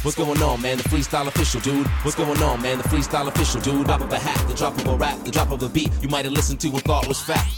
What's going on, man? The freestyle official, dude. What's going on, man? The freestyle official, dude. Drop of a hat, the drop of a rap, the drop of a beat you might have listened to and thought was fact.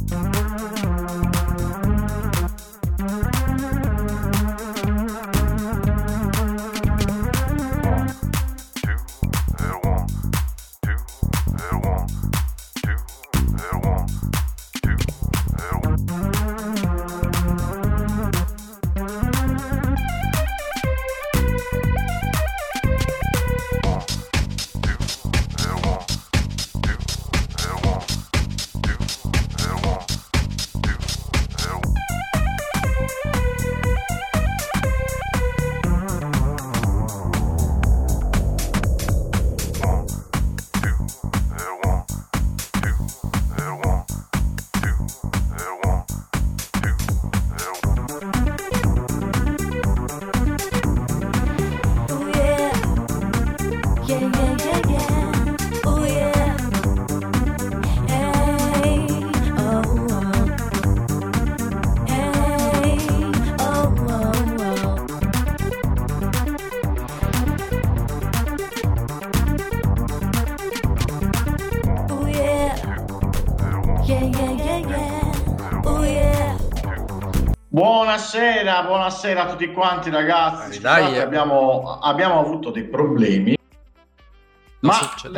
Buonasera a tutti quanti, ragazzi. Scusate, abbiamo avuto dei problemi, ma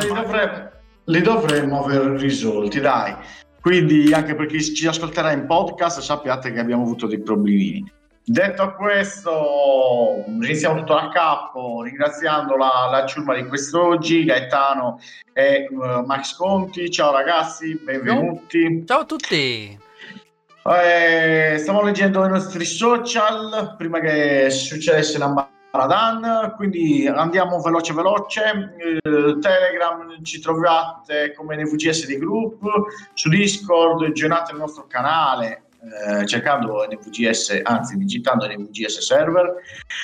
li dovremmo aver risolti, dai. Quindi anche per chi ci ascolterà in podcast sappiate che abbiamo avuto dei problemini. Detto questo, iniziamo tutto da capo ringraziando la ciurma di quest'oggi, Gaetano e Max Conti. Ciao ragazzi, benvenuti. Ciao a tutti. Stiamo leggendo i nostri social prima che succedesse la Maradan, quindi andiamo veloce. Telegram ci trovate come NVGS di Group, su Discord aggiornate il nostro canale cercando NVGS, anzi digitando NVGS server.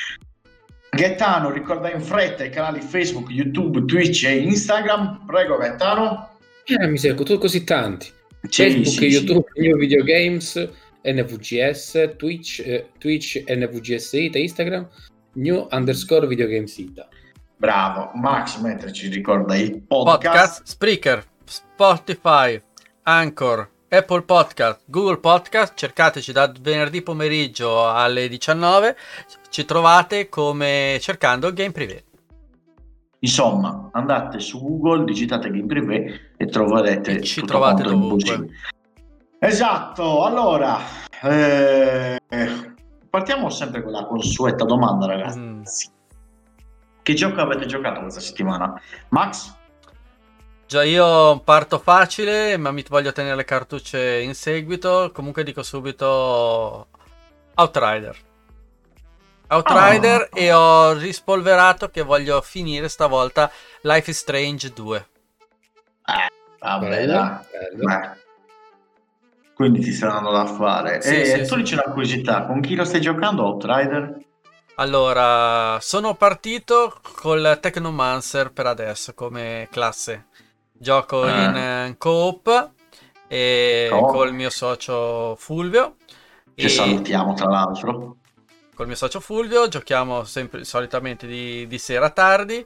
Gaetano ricorda in fretta i canali Facebook, YouTube, Twitch e Instagram. Prego Gaetano. Mi seguo così tanti. Facebook, YouTube, New Video Games, NVGS, Twitch, NVGS Ita, Instagram, New_Video Games Ita. Bravo. Max mentre ci ricorda i podcast. Spreaker, Spotify, Anchor, Apple Podcast, Google Podcast. Cercateci da venerdì pomeriggio alle 19. Ci trovate come cercando Game Privé. Insomma, andate su Google, digitate Game Privé e troverete e ci trovate dovunque. Esatto. Allora partiamo sempre con la consueta domanda, ragazzi. Che gioco avete giocato questa settimana? Max? Già, io parto facile, ma mi voglio tenere le cartucce in seguito. Comunque dico subito Outrider. E ho rispolverato che voglio finire stavolta Life is Strange 2. Bello. Quindi ti saranno da fare. Tu dici una curiosità, con chi lo stai giocando Outrider? Allora, sono partito col Technomancer per adesso come classe. Gioco in co-op e col mio socio Fulvio. Che salutiamo tra l'altro. Col mio socio Fulvio giochiamo sempre solitamente di sera tardi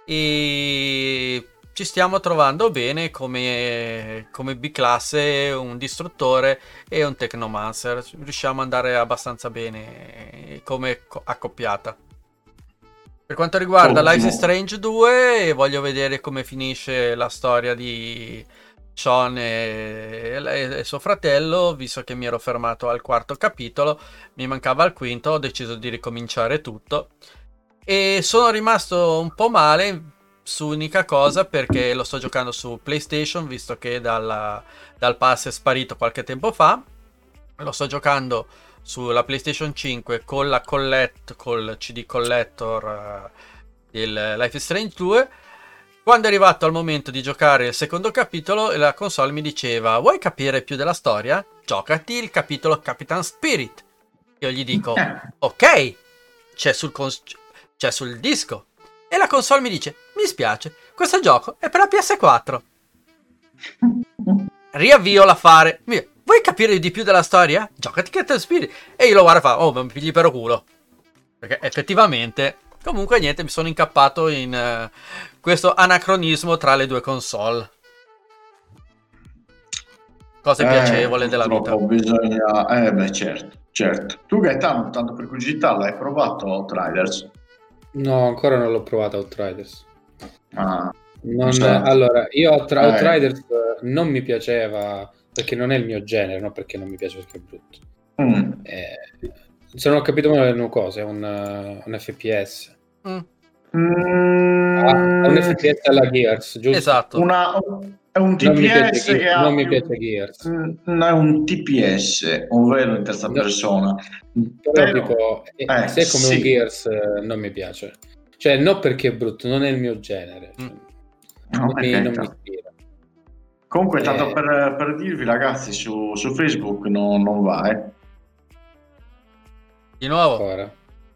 e ci stiamo trovando bene come B-classe, un distruttore e un Technomancer. Riusciamo ad andare abbastanza bene come accoppiata. Per quanto riguarda Life is Strange 2, voglio vedere come finisce la storia di Sean e suo fratello, visto che mi ero fermato al 4º capitolo, mi mancava il 5º, ho deciso di ricominciare tutto e sono rimasto un po' male su unica cosa, perché lo sto giocando su PlayStation, visto che dal pass è sparito qualche tempo fa. Lo sto giocando sulla PlayStation 5 con la col CD collector del Life is Strange 2. Quando è arrivato al momento di giocare il secondo capitolo, la console mi diceva: vuoi capire più della storia? Giocati il capitolo Capitan Spirit. Io gli dico: ok, c'è sul disco. E la console mi dice: mi spiace, questo gioco è per la PS4. Riavvio l'affare. Vuoi capire di più della storia? Giocati Capitan Spirit. E io lo guardo e fa: oh, ma mi pigli per culo. Perché effettivamente Comunque niente, mi sono incappato in questo anacronismo tra le due console. Cosa piacevole della vita. Bisogna... certo. Tu Gaetano, tanto per curiosità, l'hai provato Outriders? No, ancora non l'ho provato Outriders. Certo. Allora, io Outriders non mi piaceva perché non è il mio genere, non perché non mi piace perché è brutto. Se non ho capito male le cose, è un FPS. Un FPS alla Gears, giusto? Esatto. È un TPS che non mi piace Gears. È un TPS, ovvero in terza persona. Però tipo, se è come un Gears non mi piace. Cioè, non perché è brutto, non è il mio genere. Non mi ispira. Comunque, tanto per dirvi, ragazzi, su Facebook non va, Di nuovo? Ora.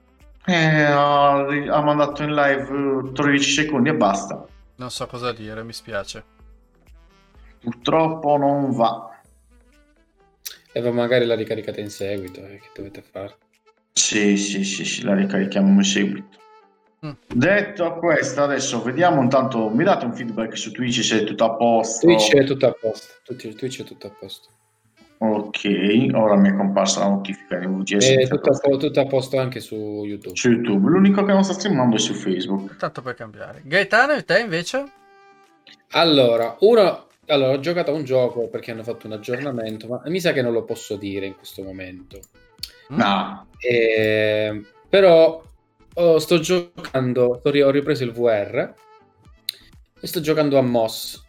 Ha mandato in live 13 secondi e basta. Non so cosa dire, mi spiace. Purtroppo non va. E magari la ricaricate in seguito, che dovete fare? Sì, la ricarichiamo in seguito. Detto questo, adesso vediamo, intanto mi date un feedback su Twitch se è tutto a posto. Twitch è tutto a posto. Twitch è tutto a posto. Ok, ora mi è comparsa la notifica di VGS. È tutto a posto anche su YouTube. Su YouTube, l'unico che non sta streamando è su Facebook. Tanto per cambiare. Gaetano, e te invece? Allora, ho giocato a un gioco perché hanno fatto un aggiornamento, ma mi sa che non lo posso dire in questo momento. No. Però sto giocando, ho ripreso il VR e sto giocando a Moss.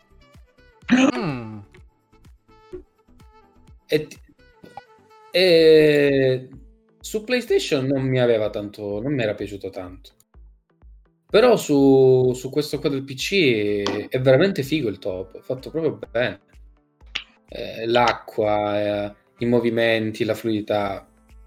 E su PlayStation non mi era piaciuto tanto. Però su questo qua del PC è veramente figo il top, è fatto proprio bene. L'acqua, i movimenti, la fluidità.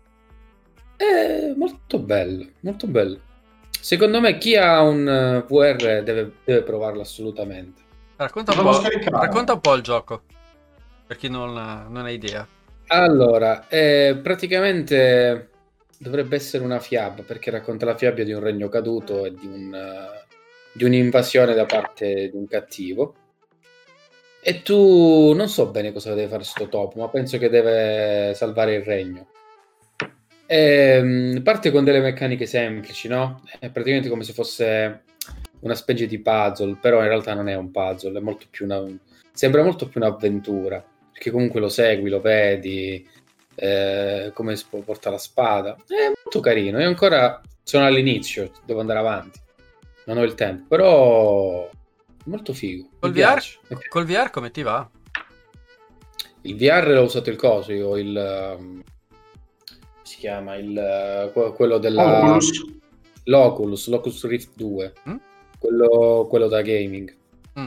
È molto bello, molto bello. Secondo me chi ha un VR deve provarlo assolutamente. Racconta un po' il gioco, per chi non ha idea. Allora, praticamente dovrebbe essere una fiaba, perché racconta la fiaba di un regno caduto e di un'invasione da parte di un cattivo. E tu non so bene cosa deve fare sto topo, ma penso che deve salvare il regno. Parte con delle meccaniche semplici, no? È praticamente come se fosse una specie di puzzle, però in realtà non è un puzzle, è molto più sembra molto più un'avventura, perché comunque lo segui, lo vedi, come si porta la spada. È molto carino. Io ancora sono all'inizio, devo andare avanti, non ho il tempo, però molto figo. Col VR come ti va? Il VR l'ho usato il coso, io ho si chiama quello della l'Oculus Rift 2, quello da gaming.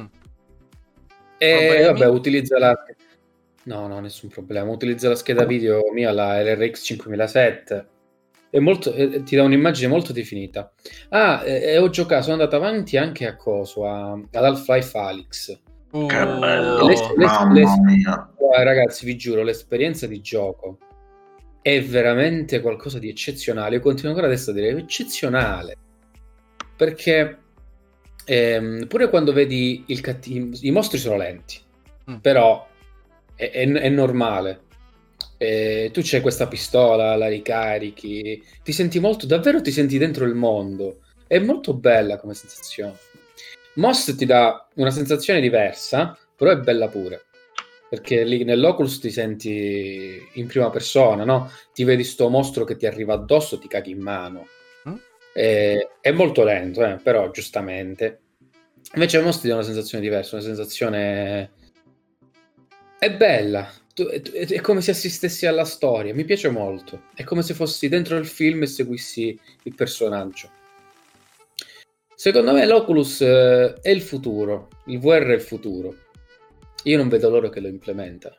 E vabbè, utilizza no, nessun problema. Utilizza la scheda video mia, la LRX 5007. Ti dà un'immagine molto definita. E ho giocato, sono andato avanti anche a ad Half-Life Alyx. Che bello, mamma mia. Ragazzi, vi giuro, l'esperienza di gioco è veramente qualcosa di eccezionale. Io continuo ancora adesso a dire eccezionale, perché pure quando vedi i mostri sono lenti, però è normale. Tu c'hai questa pistola, la ricarichi, ti senti davvero ti senti dentro il mondo. È molto bella come sensazione. Moss ti dà una sensazione diversa, però è bella pure, perché lì nell'Oculus ti senti in prima persona, no? Ti vedi sto mostro che ti arriva addosso, ti caghi in mano. È molto lento, però giustamente. Invece Moss ti dà una sensazione diversa, una sensazione... È bella, è come se assistessi alla storia, mi piace molto. È come se fossi dentro il film e seguissi il personaggio. Secondo me l'Oculus è il futuro, il VR è il futuro. Io non vedo l'ora che lo implementino.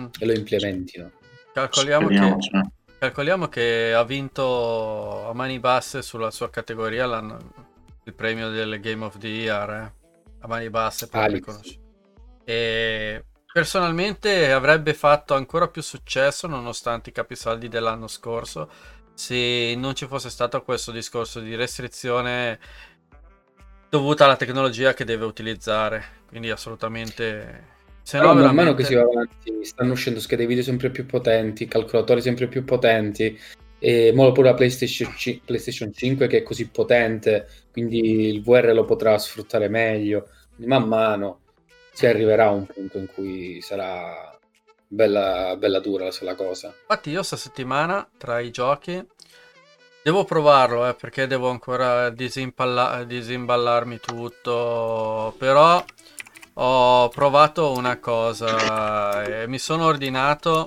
Calcoliamo che ha vinto a mani basse sulla sua categoria il premio del Game of the Year, a mani basse per riconoscere. E personalmente avrebbe fatto ancora più successo nonostante i capisaldi dell'anno scorso se non ci fosse stato questo discorso di restrizione dovuta alla tecnologia che deve utilizzare. Quindi assolutamente... Se no, man mano che si va avanti stanno uscendo schede video sempre più potenti, calcolatori sempre più potenti, e pure la PlayStation 5 che è così potente, quindi il VR lo potrà sfruttare meglio. Quindi man mano si arriverà a un punto in cui sarà bella dura la cosa. Infatti io sta settimana tra i giochi devo provarlo, perché devo ancora disimballarmi tutto, però ho provato una cosa, mi sono ordinato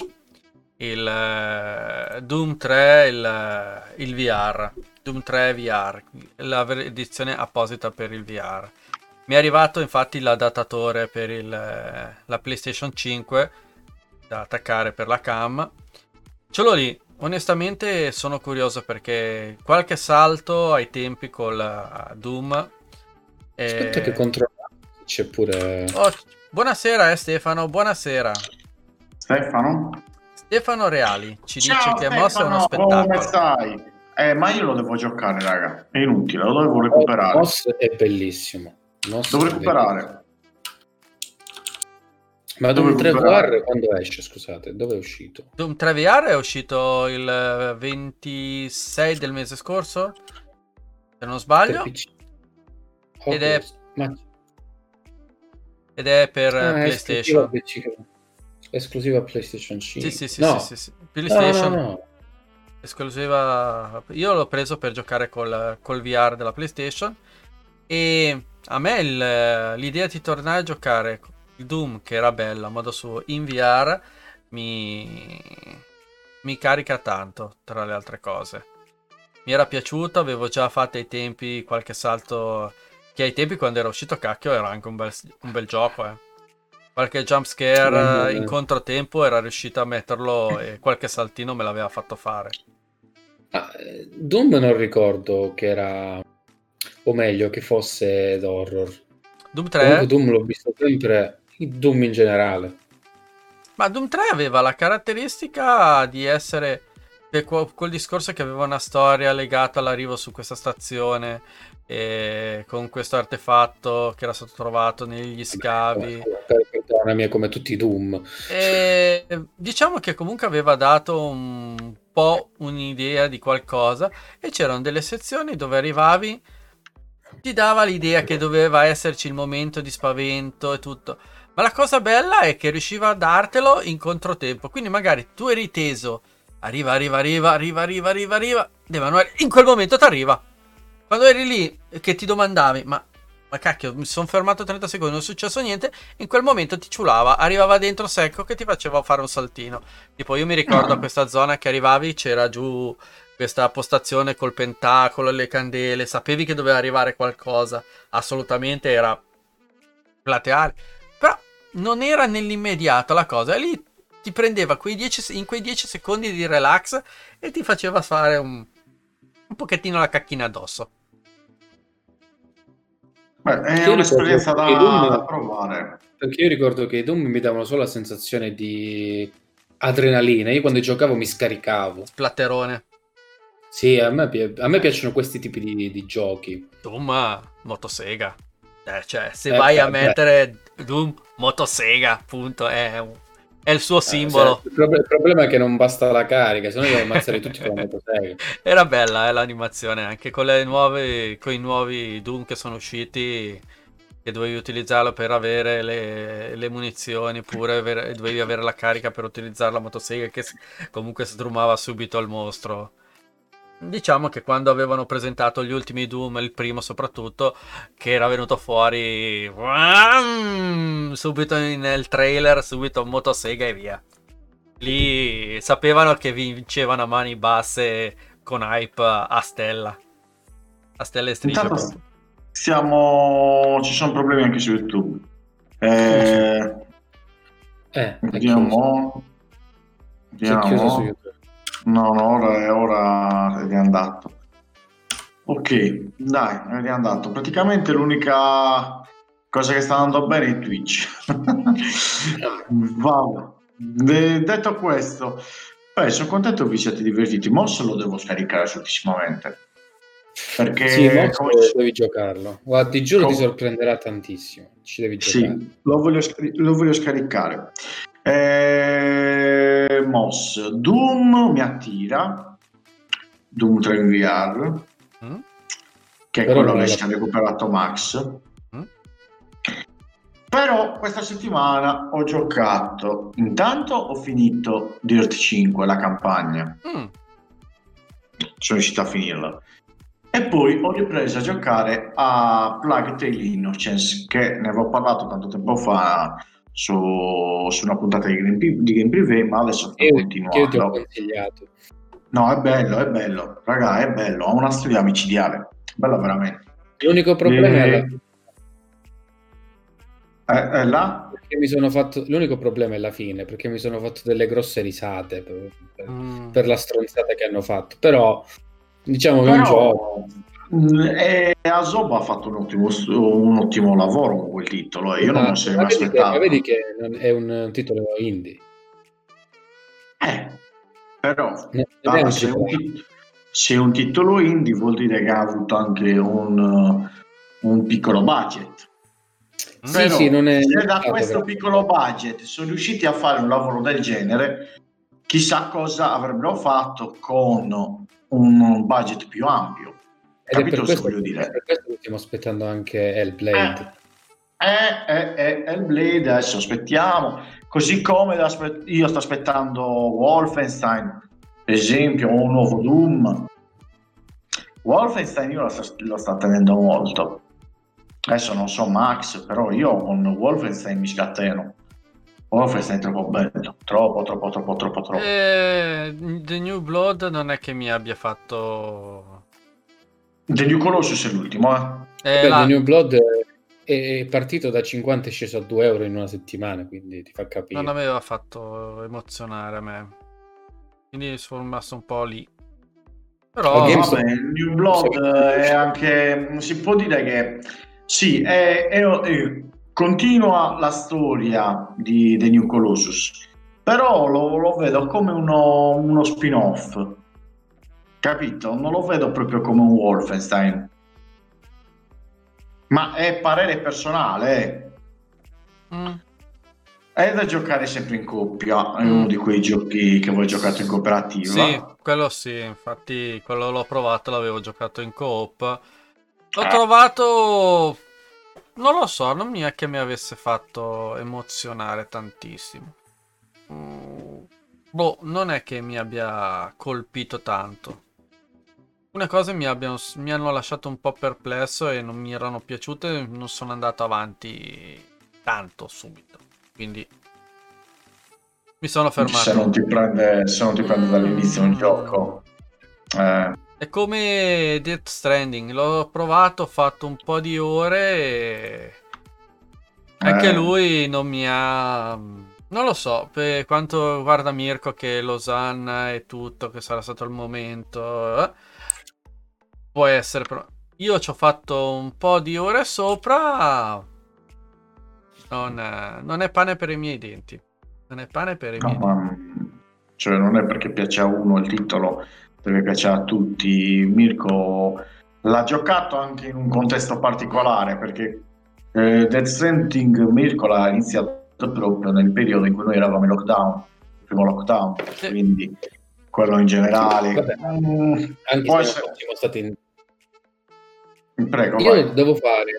il Doom 3, il VR, Doom 3 VR, l'edizione apposita per il VR. Mi è arrivato infatti l'adattatore per la PlayStation 5 da attaccare per la cam. Ce l'ho lì. Onestamente sono curioso perché qualche salto ai tempi col Doom. Aspetta che controllo. C'è pure... Oh, buonasera Stefano, buonasera. Stefano Reali ci dice che Moss è uno spettacolo. Come stai? Ma io lo devo giocare, raga. È inutile, lo devo recuperare. Moss è bellissimo. Devo recuperare. Ma Doom 3 VR quando esce, scusate? Dove è uscito? Doom 3 VR è uscito il 26 del mese scorso, se non sbaglio. Ed è per PlayStation. Esclusiva PlayStation 5. Sì. PlayStation. No. Esclusiva. Io l'ho preso per giocare col VR della PlayStation. E a me l'idea di tornare a giocare il Doom, che era bello a modo suo, in VR mi carica tanto, tra le altre cose. Mi era piaciuto, avevo già fatto ai tempi qualche salto, che ai tempi quando era uscito, cacchio, era anche un bel gioco, Qualche jump scare in controtempo era riuscito a metterlo e qualche saltino me l'aveva fatto fare. Doom non ricordo che era, o meglio che fosse d'horror. Doom 3? Comunque Doom l'ho visto sempre, Doom in generale. Ma Doom 3 aveva la caratteristica di essere quel discorso che aveva una storia legata all'arrivo su questa stazione con questo artefatto che era stato trovato negli scavi. Una mia, come tutti i Doom. Diciamo che comunque aveva dato un po' un'idea di qualcosa, e c'erano delle sezioni dove arrivavi, ti dava l'idea che doveva esserci il momento di spavento e tutto, ma la cosa bella è che riusciva a dartelo in controtempo, quindi magari tu eri teso, arriva, in quel momento ti arriva. Quando eri lì che ti domandavi ma cacchio, mi sono fermato 30 secondi, non è successo niente, in quel momento ti ciulava, arrivava dentro secco che ti faceva fare un saltino. Tipo io mi ricordo a questa zona che arrivavi, c'era giù questa postazione col pentacolo e le candele, sapevi che doveva arrivare qualcosa, assolutamente era plateale, però non era nell'immediato la cosa, e lì ti prendeva in quei 10 secondi di relax e ti faceva fare un pochettino la cacchina addosso. È un'esperienza da provare. Perché io ricordo che i Doom mi davano solo la sensazione di adrenalina. Io quando giocavo mi scaricavo. Splatterone. Sì, a me piacciono questi tipi di giochi. Doom motosega. Cioè, se vai a mettere Doom motosega, appunto, è il suo simbolo. Il problema è che non basta la carica, se no devo ammazzare tutti con la motosega. Era bella l'animazione, anche con i nuovi Doom che sono usciti, che dovevi utilizzarlo per avere le munizioni, pure dovevi avere la carica per utilizzare la motosega, che comunque sdrumava subito il mostro. Diciamo che quando avevano presentato gli ultimi Doom, il primo soprattutto, che era venuto fuori subito nel trailer, subito motosega e via. Lì sapevano che vincevano a mani basse con hype a stella e striscia. Intanto ci sono problemi anche su YouTube. Vediamo. Chiuso su YouTube. No, ora è riandato. Ok, dai, è riandato. Praticamente l'unica cosa che sta andando bene è Twitch. Wow. Detto questo, Sono contento che vi siete divertiti. Moss lo devo scaricare successivamente. Perché sì, devi giocarlo. Guarda, ti giuro, ti sorprenderà tantissimo. Ci devi giocare. Sì, lo voglio scaricare. Moss, Doom mi attira. Doom 3 in VR, che è quello che si è recuperato Max. Però questa settimana ho giocato. Intanto ho finito Dirt 5, la campagna. Sono riuscito a finirla. E poi ho ripreso a giocare a Plague Tale Innocence, che ne avevo parlato tanto tempo fa su una puntata di Game Privé, ma adesso sto continuando. Che io ti ho consigliato. No, è bello, raga, è bello, ha una storia micidiale, bella veramente. L'unico problema è là? Perché mi sono fatto, l'unico problema è la fine, perché mi sono fatto delle grosse risate per la stronzata che hanno fatto, però diciamo che è un gioco. Asobo ha fatto un ottimo lavoro con quel titolo e io non se ne aspettavo. Vedi che è un titolo indie. Però se un titolo indie vuol dire che ha avuto anche un piccolo budget. Però, sì, non è se da questo piccolo budget sono riusciti a fare un lavoro del genere, chissà cosa avrebbero fatto con un budget più ampio. Capito cosa voglio dire? Per questo stiamo aspettando anche Hellblade. Hellblade, adesso aspettiamo. Così come io sto aspettando Wolfenstein, per esempio, o un nuovo Doom. Wolfenstein io lo sto tenendo molto. Adesso non so Max, però io con Wolfenstein mi scateno. Wolfenstein è troppo bello, troppo. The New Blood non è che mi abbia fatto... The New Colossus è l'ultimo, The New Blood è partito da 50 e sceso a 2 euro in una settimana, quindi ti fa capire. Non aveva fatto emozionare a me, quindi sono rimasto un po' lì. Però vabbè, il New Blood è anche, si può dire che sì, continua la storia di The New Colossus, però lo vedo come uno spin-off, capito? Non lo vedo proprio come un Wolfenstein, ma è parere personale. È da giocare sempre in coppia, è uno di quei giochi che voi giocate in cooperativa. Sì, quello sì, infatti quello l'ho provato, l'avevo giocato in coop. L'ho trovato, non lo so, non mi è che mi avesse fatto emozionare tantissimo. Non è che mi abbia colpito tanto. Alcune cose mi hanno lasciato un po' perplesso e non mi erano piaciute, non sono andato avanti tanto subito. Quindi mi sono fermato. Se non ti prende dall'inizio un gioco. È come Death Stranding, l'ho provato, ho fatto un po' di ore e anche lui non mi ha... Non lo so, per quanto guarda Mirko che Losanna e tutto, che sarà stato il momento, può essere, però io ci ho fatto un po' di ore sopra, non è pane per i miei denti. Non è pane per i miei denti. Cioè non è perché piace a uno il titolo, deve piacere a tutti. Mirko l'ha giocato anche in un contesto particolare, perché Death Stranding Mirko l'ha iniziato proprio nel periodo in cui noi eravamo in lockdown, il primo lockdown, quindi quello in generale. Vabbè, anche se siamo stati in... Prego, io devo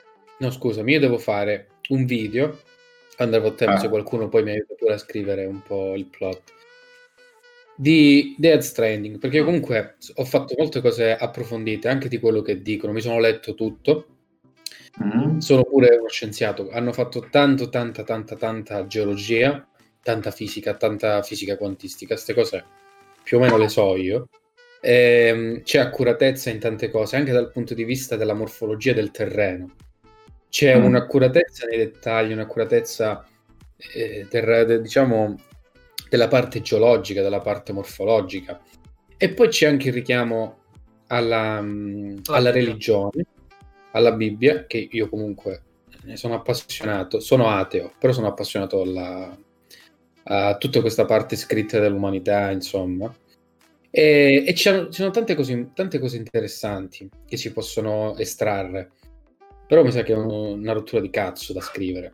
fare un video, andrò a tempo se qualcuno poi mi aiuta pure a scrivere un po' il plot di Death Stranding, perché comunque ho fatto molte cose approfondite anche di quello che dicono, mi sono letto tutto. Sono pure uno scienziato, hanno fatto tanta geologia, tanta fisica quantistica, queste cose più o meno le so io. C'è accuratezza in tante cose, anche dal punto di vista della morfologia del terreno. C'è un'accuratezza nei dettagli, un'accuratezza diciamo della parte geologica, della parte morfologica. E poi c'è anche il richiamo alla religione, alla Bibbia, che io comunque ne sono appassionato, sono ateo, però sono appassionato a tutta questa parte scritta dell'umanità, insomma. E ci sono tante cose interessanti che si possono estrarre, però mi sa che è una rottura di cazzo da scrivere.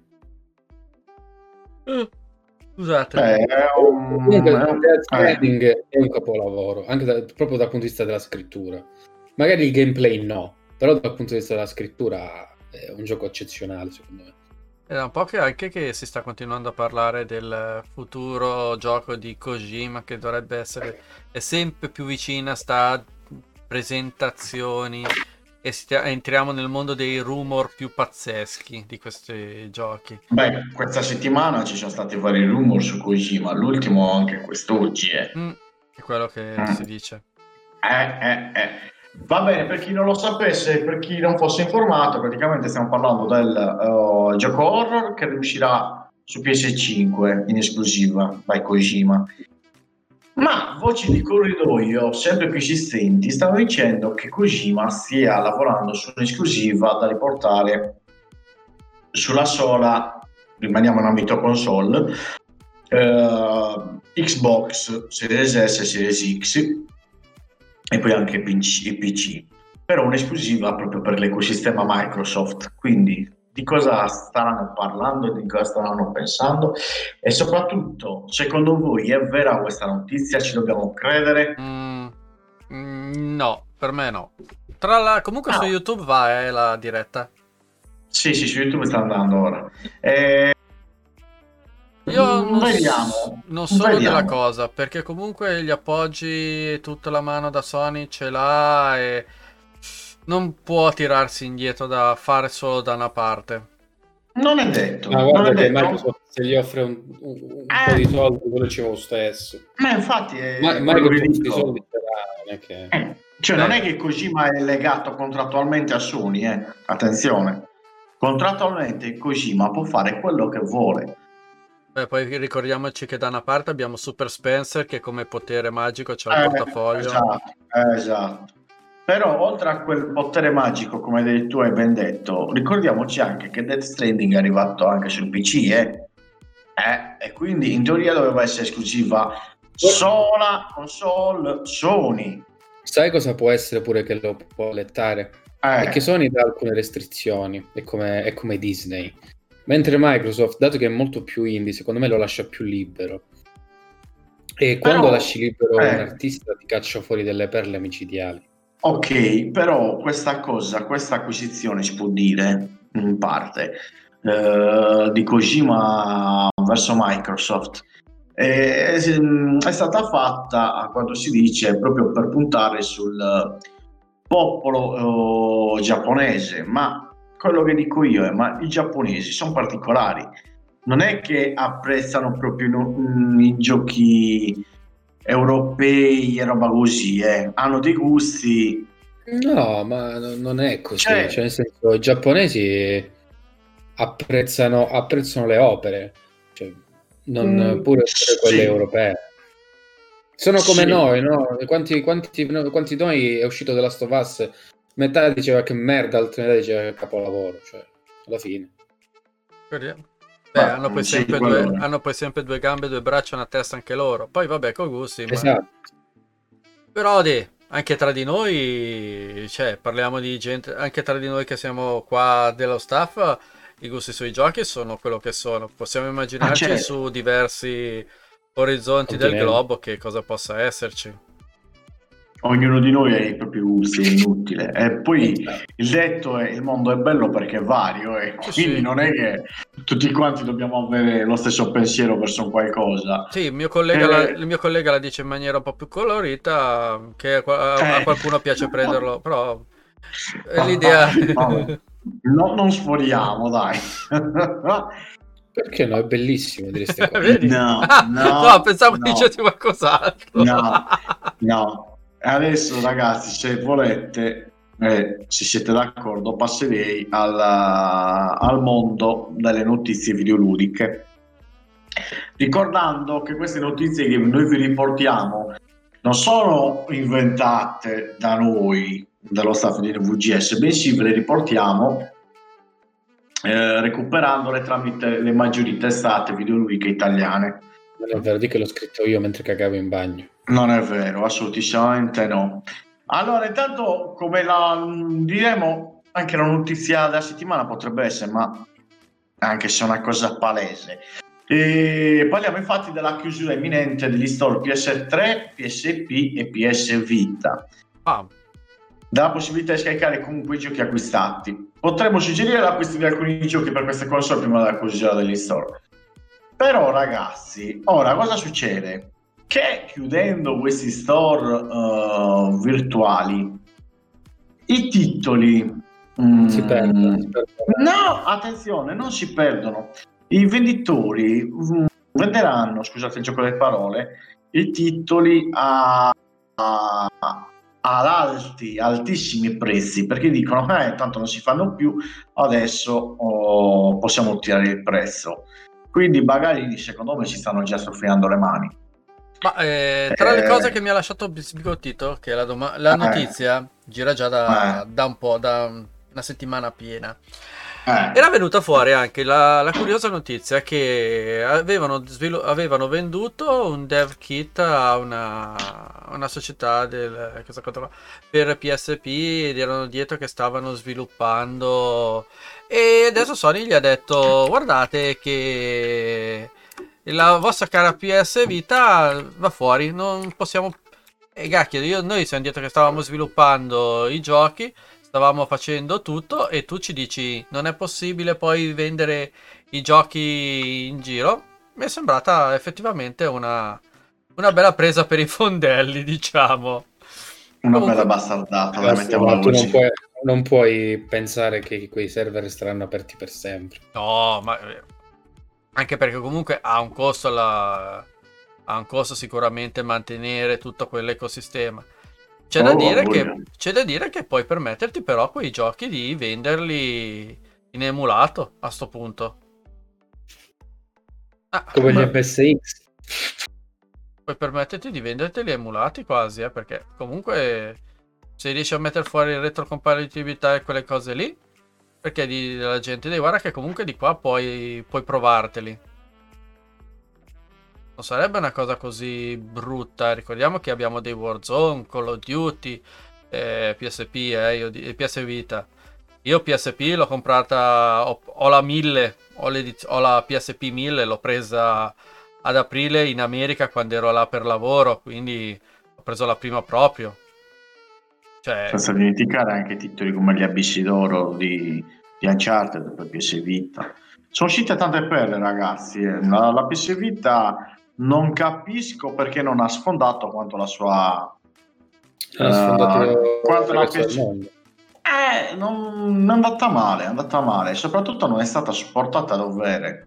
Scusate. Death Stranding è un capolavoro, anche proprio dal punto di vista della scrittura. Magari il gameplay no, però dal punto di vista della scrittura è un gioco eccezionale, secondo me. È da un po' che si sta continuando a parlare del futuro gioco di Kojima, che dovrebbe essere è sempre più vicina a sta presentazioni, e entriamo nel mondo dei rumor più pazzeschi di questi giochi. Beh, questa settimana ci sono stati vari rumor su Kojima, l'ultimo anche quest'oggi è quello che si dice. Va bene, per chi non lo sapesse, per chi non fosse informato, praticamente stiamo parlando del gioco horror che uscirà su PS5 in esclusiva by Kojima. Ma voci di corridoio sempre più esistenti stanno dicendo che Kojima stia lavorando su un'esclusiva da riportare sulla sola, rimaniamo in ambito console, Xbox Series S e Series X e poi anche PC, però un'esclusiva proprio per l'ecosistema Microsoft. Quindi di cosa staranno parlando, di cosa staranno pensando, e soprattutto secondo voi è vera questa notizia? Ci dobbiamo credere? No, per me no. Comunque su YouTube va la diretta. Sì, su YouTube sta andando ora. Io non sono della cosa, perché comunque gli appoggi, tutta la mano da Sony ce l'ha e non può tirarsi indietro da fare solo da una parte. Non è detto. Ma guarda che Microsoft, se gli offre un po' di soldi, quello ci va lo stesso. Ma infatti Microsoft i soldi ce l'ha, non è che... Cioè non è che Kojima è legato contrattualmente a Sony, attenzione. Contrattualmente Kojima può fare quello che vuole. Beh, poi ricordiamoci che da una parte abbiamo Super Spencer che come potere magico c'ha il portafoglio. Esatto. Però oltre a quel potere magico, come tu hai ben detto, ricordiamoci anche che Death Stranding è arrivato anche sul PC, e quindi in teoria doveva essere esclusiva sola console Sony. Sai cosa può essere pure che lo può allettare? È che Sony dà alcune restrizioni, è come Disney. Mentre Microsoft, dato che è molto più indie, secondo me lo lascia più libero. E quando lasci libero un artista ti caccia fuori delle perle micidiali. Ok, però questa acquisizione si può dire, in parte, di Kojima verso Microsoft, è stata fatta, a quanto si dice, proprio per puntare sul popolo giapponese, ma quello che dico io è, ma i giapponesi sono particolari, non è che apprezzano proprio i giochi europei e roba così, hanno dei gusti. No, ma non è così, cioè nel senso, i giapponesi apprezzano le opere, cioè, non pure quelle europee. Sono come noi, no? Quanti noi è uscito della Last of Us? Metà diceva che merda, l'altra metà diceva che capolavoro, cioè alla fine. Hanno poi sempre due gambe, due braccia, una testa anche loro. Poi vabbè, con gusti. Esatto. Però anche tra di noi, cioè parliamo di gente, anche tra di noi che siamo qua dello staff, i gusti sui giochi sono quello che sono. Possiamo immaginarci su diversi orizzonti del globo che cosa possa esserci. Ognuno di noi ha i propri gusti, è inutile. E poi il detto è: il mondo è bello perché è vario, e quindi non è che tutti quanti dobbiamo avere lo stesso pensiero verso qualcosa. Sì, il mio collega la dice in maniera un po' più colorita, che a qualcuno piace prenderlo, però è l'idea. Non sforiamo, dai. Perché no? È bellissimo dire queste cose. Vedi? No, pensavo dicessi qualcos'altro. No. Adesso ragazzi, se volete, se siete d'accordo, passerei al mondo delle notizie videoludiche, ricordando che queste notizie che noi vi riportiamo non sono inventate da noi, dallo staff di NVGS, bensì ve le riportiamo recuperandole tramite le maggiori testate videoludiche italiane. Non è vero, di che l'ho scritto io mentre cagavo in bagno. Non è vero, assolutamente no. Allora, intanto, come la diremo, anche la notizia della settimana potrebbe essere, ma anche se è una cosa palese. E parliamo infatti della chiusura imminente degli store PS3, PSP e PS Vita. Dalla possibilità di scaricare comunque i giochi acquistati. Potremmo suggerire l'acquisto di alcuni giochi per queste console prima della chiusura degli store. Però ragazzi, ora cosa succede? Che chiudendo questi store virtuali, i titoli si perdono. No, attenzione, non si perdono. I venditori venderanno, scusate il gioco delle parole, i titoli ad altissimi prezzi, perché dicono tanto non si fanno più, adesso possiamo tirare il prezzo. Quindi magari secondo me si stanno già soffiando le mani. Ma tra le cose che mi ha lasciato sbigottito, che la notizia gira già da un po', da una settimana piena. Era venuta fuori anche la curiosa notizia che avevano venduto un dev kit a una società per PSP ed erano dietro che stavano sviluppando, e adesso Sony gli ha detto: guardate che la vostra cara PS Vita va fuori, non possiamo. E noi siamo dietro che stavamo sviluppando i giochi, stavamo facendo tutto, e tu ci dici non è possibile poi vendere i giochi in giro. Mi è sembrata effettivamente una bella presa per i fondelli, diciamo. Una bella bastardata, non puoi pensare che quei server saranno aperti per sempre. No, ma anche perché comunque ha un costo sicuramente mantenere tutto quell'ecosistema. C'è da dire che puoi permetterti però quei giochi di venderli in emulato a sto punto. Come gli FSX. Puoi permetterti di venderteli emulati quasi, perché comunque se riesci a mettere fuori il retrocompatibilità e quelle cose lì, perché la gente dei guarda che comunque di qua puoi provarteli. Non sarebbe una cosa così brutta. Ricordiamo che abbiamo dei Warzone, Call of Duty, PSP e PS Vita. Io PSP l'ho comprata, ho la 1000, ho la PSP 1000, l'ho presa ad aprile in America quando ero là per lavoro, quindi ho preso la prima proprio. Senza dimenticare anche titoli come gli Abissi d'Oro di Uncharted per PS Vita. Sono uscite tante perle, ragazzi. La PS Vita non capisco perché non ha sfondato quanto la sua quanto la PS. Non è andata male, soprattutto non è stata supportata a dovere.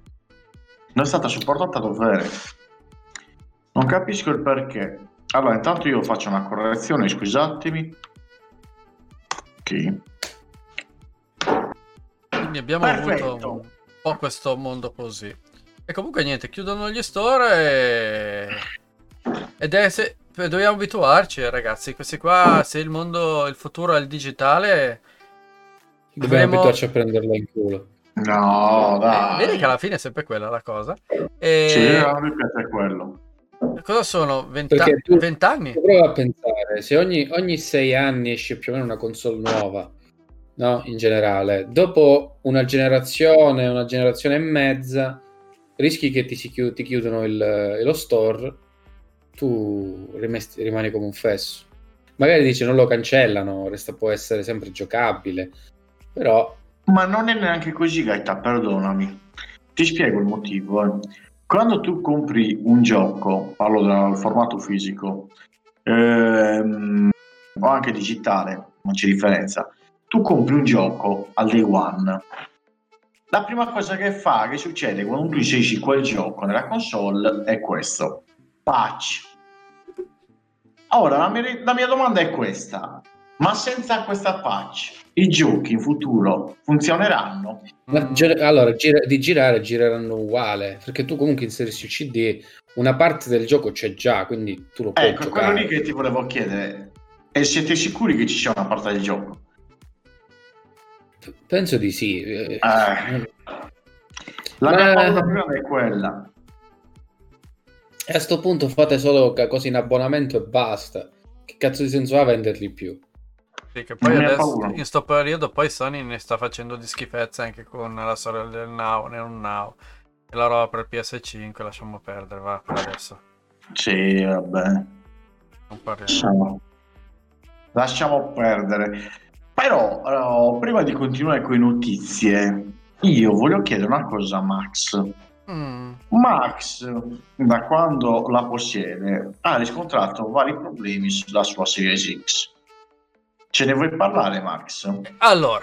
Non capisco il perché. Allora, intanto io faccio una correzione, scusatemi. Ok. Quindi abbiamo avuto un po' questo mondo così. E comunque niente, chiudono gli store dobbiamo abituarci, ragazzi. Questi qua, se il futuro è il digitale, dobbiamo abituarci a prenderla in culo. No, dai. Vedi che alla fine è sempre quella la cosa. Sì, a me piace quello. Cosa sono? 20 anni? Prova a pensare, se ogni 6 anni esce più o meno una console nuova, no? In generale, dopo una generazione e mezza, rischi che ti chiudono lo store, tu rimani come un fesso. Magari dice non lo cancellano, può essere sempre giocabile, però. Ma non è neanche così, Gaeta, perdonami. Ti spiego il motivo. Quando tu compri un gioco, parlo del formato fisico o anche digitale, non c'è differenza. Tu compri un gioco al day one. La prima cosa che succede quando tu inserisci quel gioco nella console è questo: patch. Ora la mia domanda è questa: ma senza questa patch i giochi in futuro funzioneranno? Allora, gireranno uguale, perché tu comunque inserisci il CD, una parte del gioco c'è già, quindi tu lo puoi giocare. Quello lì che ti volevo chiedere: e siete sicuri che ci sia una parte del gioco? Penso di sì. La mia paura prima è quella. E a sto punto fate solo cose in abbonamento e basta. Che cazzo di senso ha venderli più? Sì, che poi adesso in sto periodo poi Sony ne sta facendo di schifezze anche con la storia del Now, non Now. E la roba per PS5 lasciamo perdere, va, per adesso. Sì, vabbè. Non parliamo. Lasciamo perdere. Però, prima di continuare con le notizie, io voglio chiedere una cosa a Max. Max, da quando la possiede, ha riscontrato vari problemi sulla sua Series X. Ce ne vuoi parlare, Max? Allora,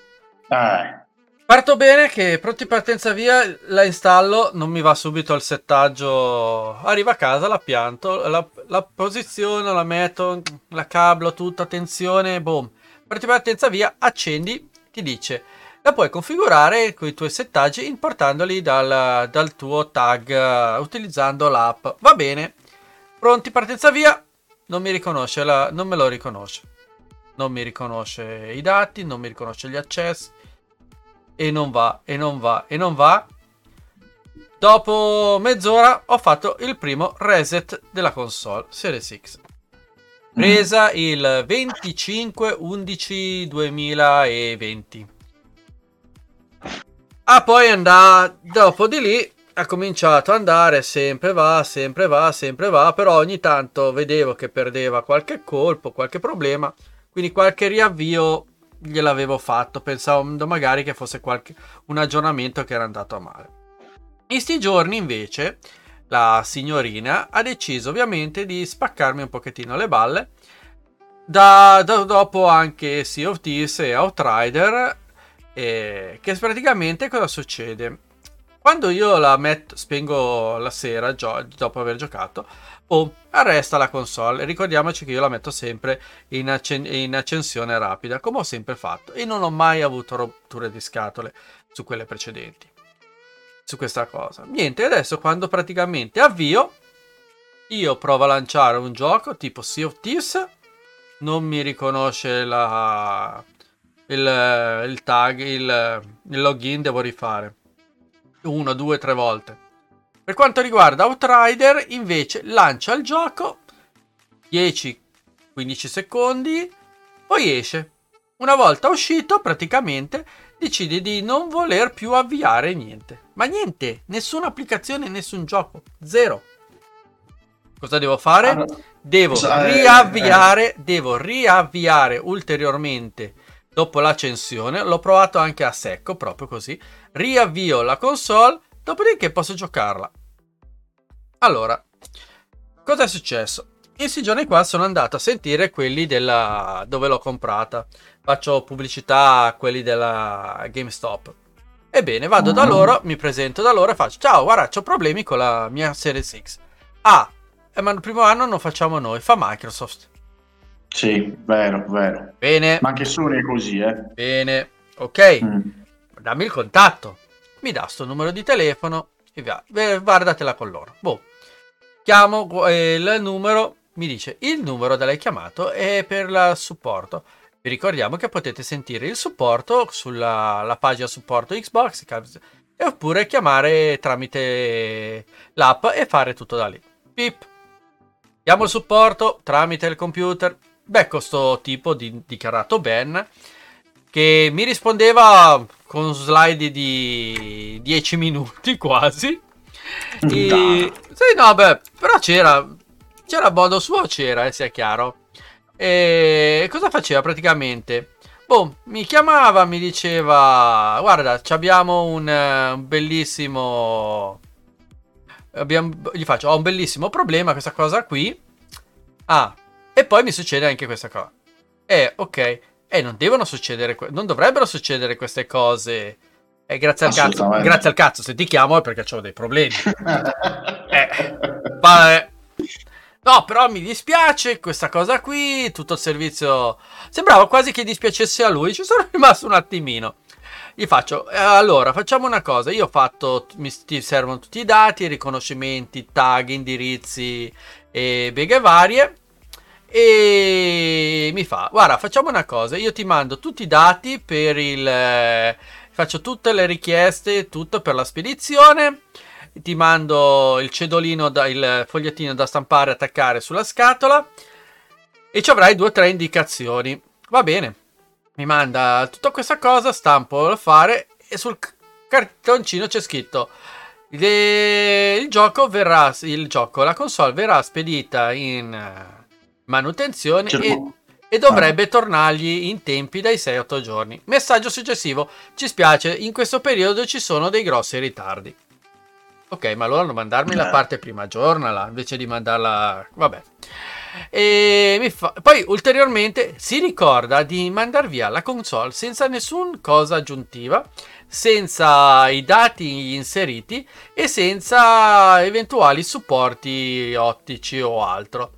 parto bene che pronti partenza via, la installo, non mi va subito il settaggio, arriva a casa, la pianto, la posiziono, la metto, la cablo, tutta, tensione, boom. Pronti partenza via, accendi, ti dice, la puoi configurare con i tuoi settaggi importandoli dal tuo tag utilizzando l'app. Va bene, pronti partenza via, non mi riconosce, non me lo riconosce. Non mi riconosce i dati, non mi riconosce gli accessi. E non va. Dopo mezz'ora ho fatto il primo reset della console Series X. Presa il 25/11/2020. Poi dopo di lì ha cominciato ad andare, sempre va, però ogni tanto vedevo che perdeva qualche colpo, qualche problema, quindi qualche riavvio gliel'avevo fatto, pensando magari che fosse un aggiornamento che era andato a male. In sti giorni invece la signorina ha deciso ovviamente di spaccarmi un pochettino le balle, dopo anche Sea of Thieves e Outrider, che praticamente cosa succede? Quando io spengo la sera dopo aver giocato, arresta la console. Ricordiamoci che io la metto sempre in accensione rapida, come ho sempre fatto, e non ho mai avuto rotture di scatole su quelle precedenti, su questa cosa. Niente, adesso quando praticamente avvio, io provo a lanciare un gioco tipo Sea of Thieves, non mi riconosce il tag, il login, devo rifare 1, 2, 3 volte. Per quanto riguarda Outrider, invece, lancia il gioco 10-15 secondi, poi esce. Una volta uscito, praticamente decide di non voler più avviare niente. Ma niente, nessuna applicazione, nessun gioco, zero. Cosa devo fare? Devo riavviare ulteriormente dopo l'accensione. L'ho provato anche a secco, proprio così. Riavvio la console, dopodiché posso giocarla. Allora, cosa è successo? In questi giorni qua sono andato a sentire quelli dove l'ho comprata. Faccio pubblicità a quelli della GameStop. Ebbene, vado da loro, mi presento da loro e faccio: ciao, guarda, c'ho problemi con la mia Series X. Ma il primo anno non facciamo noi, fa Microsoft. Sì, vero. Bene. Ma anche Sony è così, Bene, ok. Dammi il contatto. Mi dà sto numero di telefono e via. Guardatela con loro. Chiamo il numero, mi dice: il numero da lei chiamato è per il supporto. Vi ricordiamo che potete sentire il supporto sulla pagina supporto Xbox, oppure chiamare tramite l'app e fare tutto da lì. Pip. Chiamo il supporto tramite il computer. Becco sto tipo dichiarato Ben, che mi rispondeva con slide di 10 minuti quasi. Sì, no, però c'era modo suo, sia chiaro. E cosa faceva praticamente? Mi chiamava, mi diceva: guarda, abbiamo un bellissimo... gli faccio: ho un bellissimo problema, questa cosa qui. E poi mi succede anche questa cosa. Ok. Non devono succedere, non dovrebbero succedere queste cose. Grazie al cazzo, se ti chiamo è perché ho dei problemi. No, però mi dispiace questa cosa qui, tutto il servizio. Sembrava quasi che dispiacesse a lui, ci sono rimasto un attimino. Gli faccio: allora, facciamo una cosa, io ho fatto, ti servono tutti i dati, riconoscimenti, tag, indirizzi e beghe varie. E mi fa: guarda, facciamo una cosa, io ti mando tutti i dati faccio tutte le richieste, tutto per la spedizione, ti mando il cedolino, il fogliettino da stampare e attaccare sulla scatola e ci avrai 2 o 3 indicazioni. Va bene, mi manda tutta questa cosa, stampo a fare e sul cartoncino c'è scritto la console verrà spedita in manutenzione e dovrebbe tornargli in tempi dai 6-8 giorni. Messaggio successivo: ci spiace, in questo periodo ci sono dei grossi ritardi. Ok, ma allora non mandarmi la parte prima, aggiornala invece di mandarla. Vabbè. E poi ulteriormente si ricorda di mandar via la console senza nessun cosa aggiuntiva, senza i dati inseriti e senza eventuali supporti ottici o altro.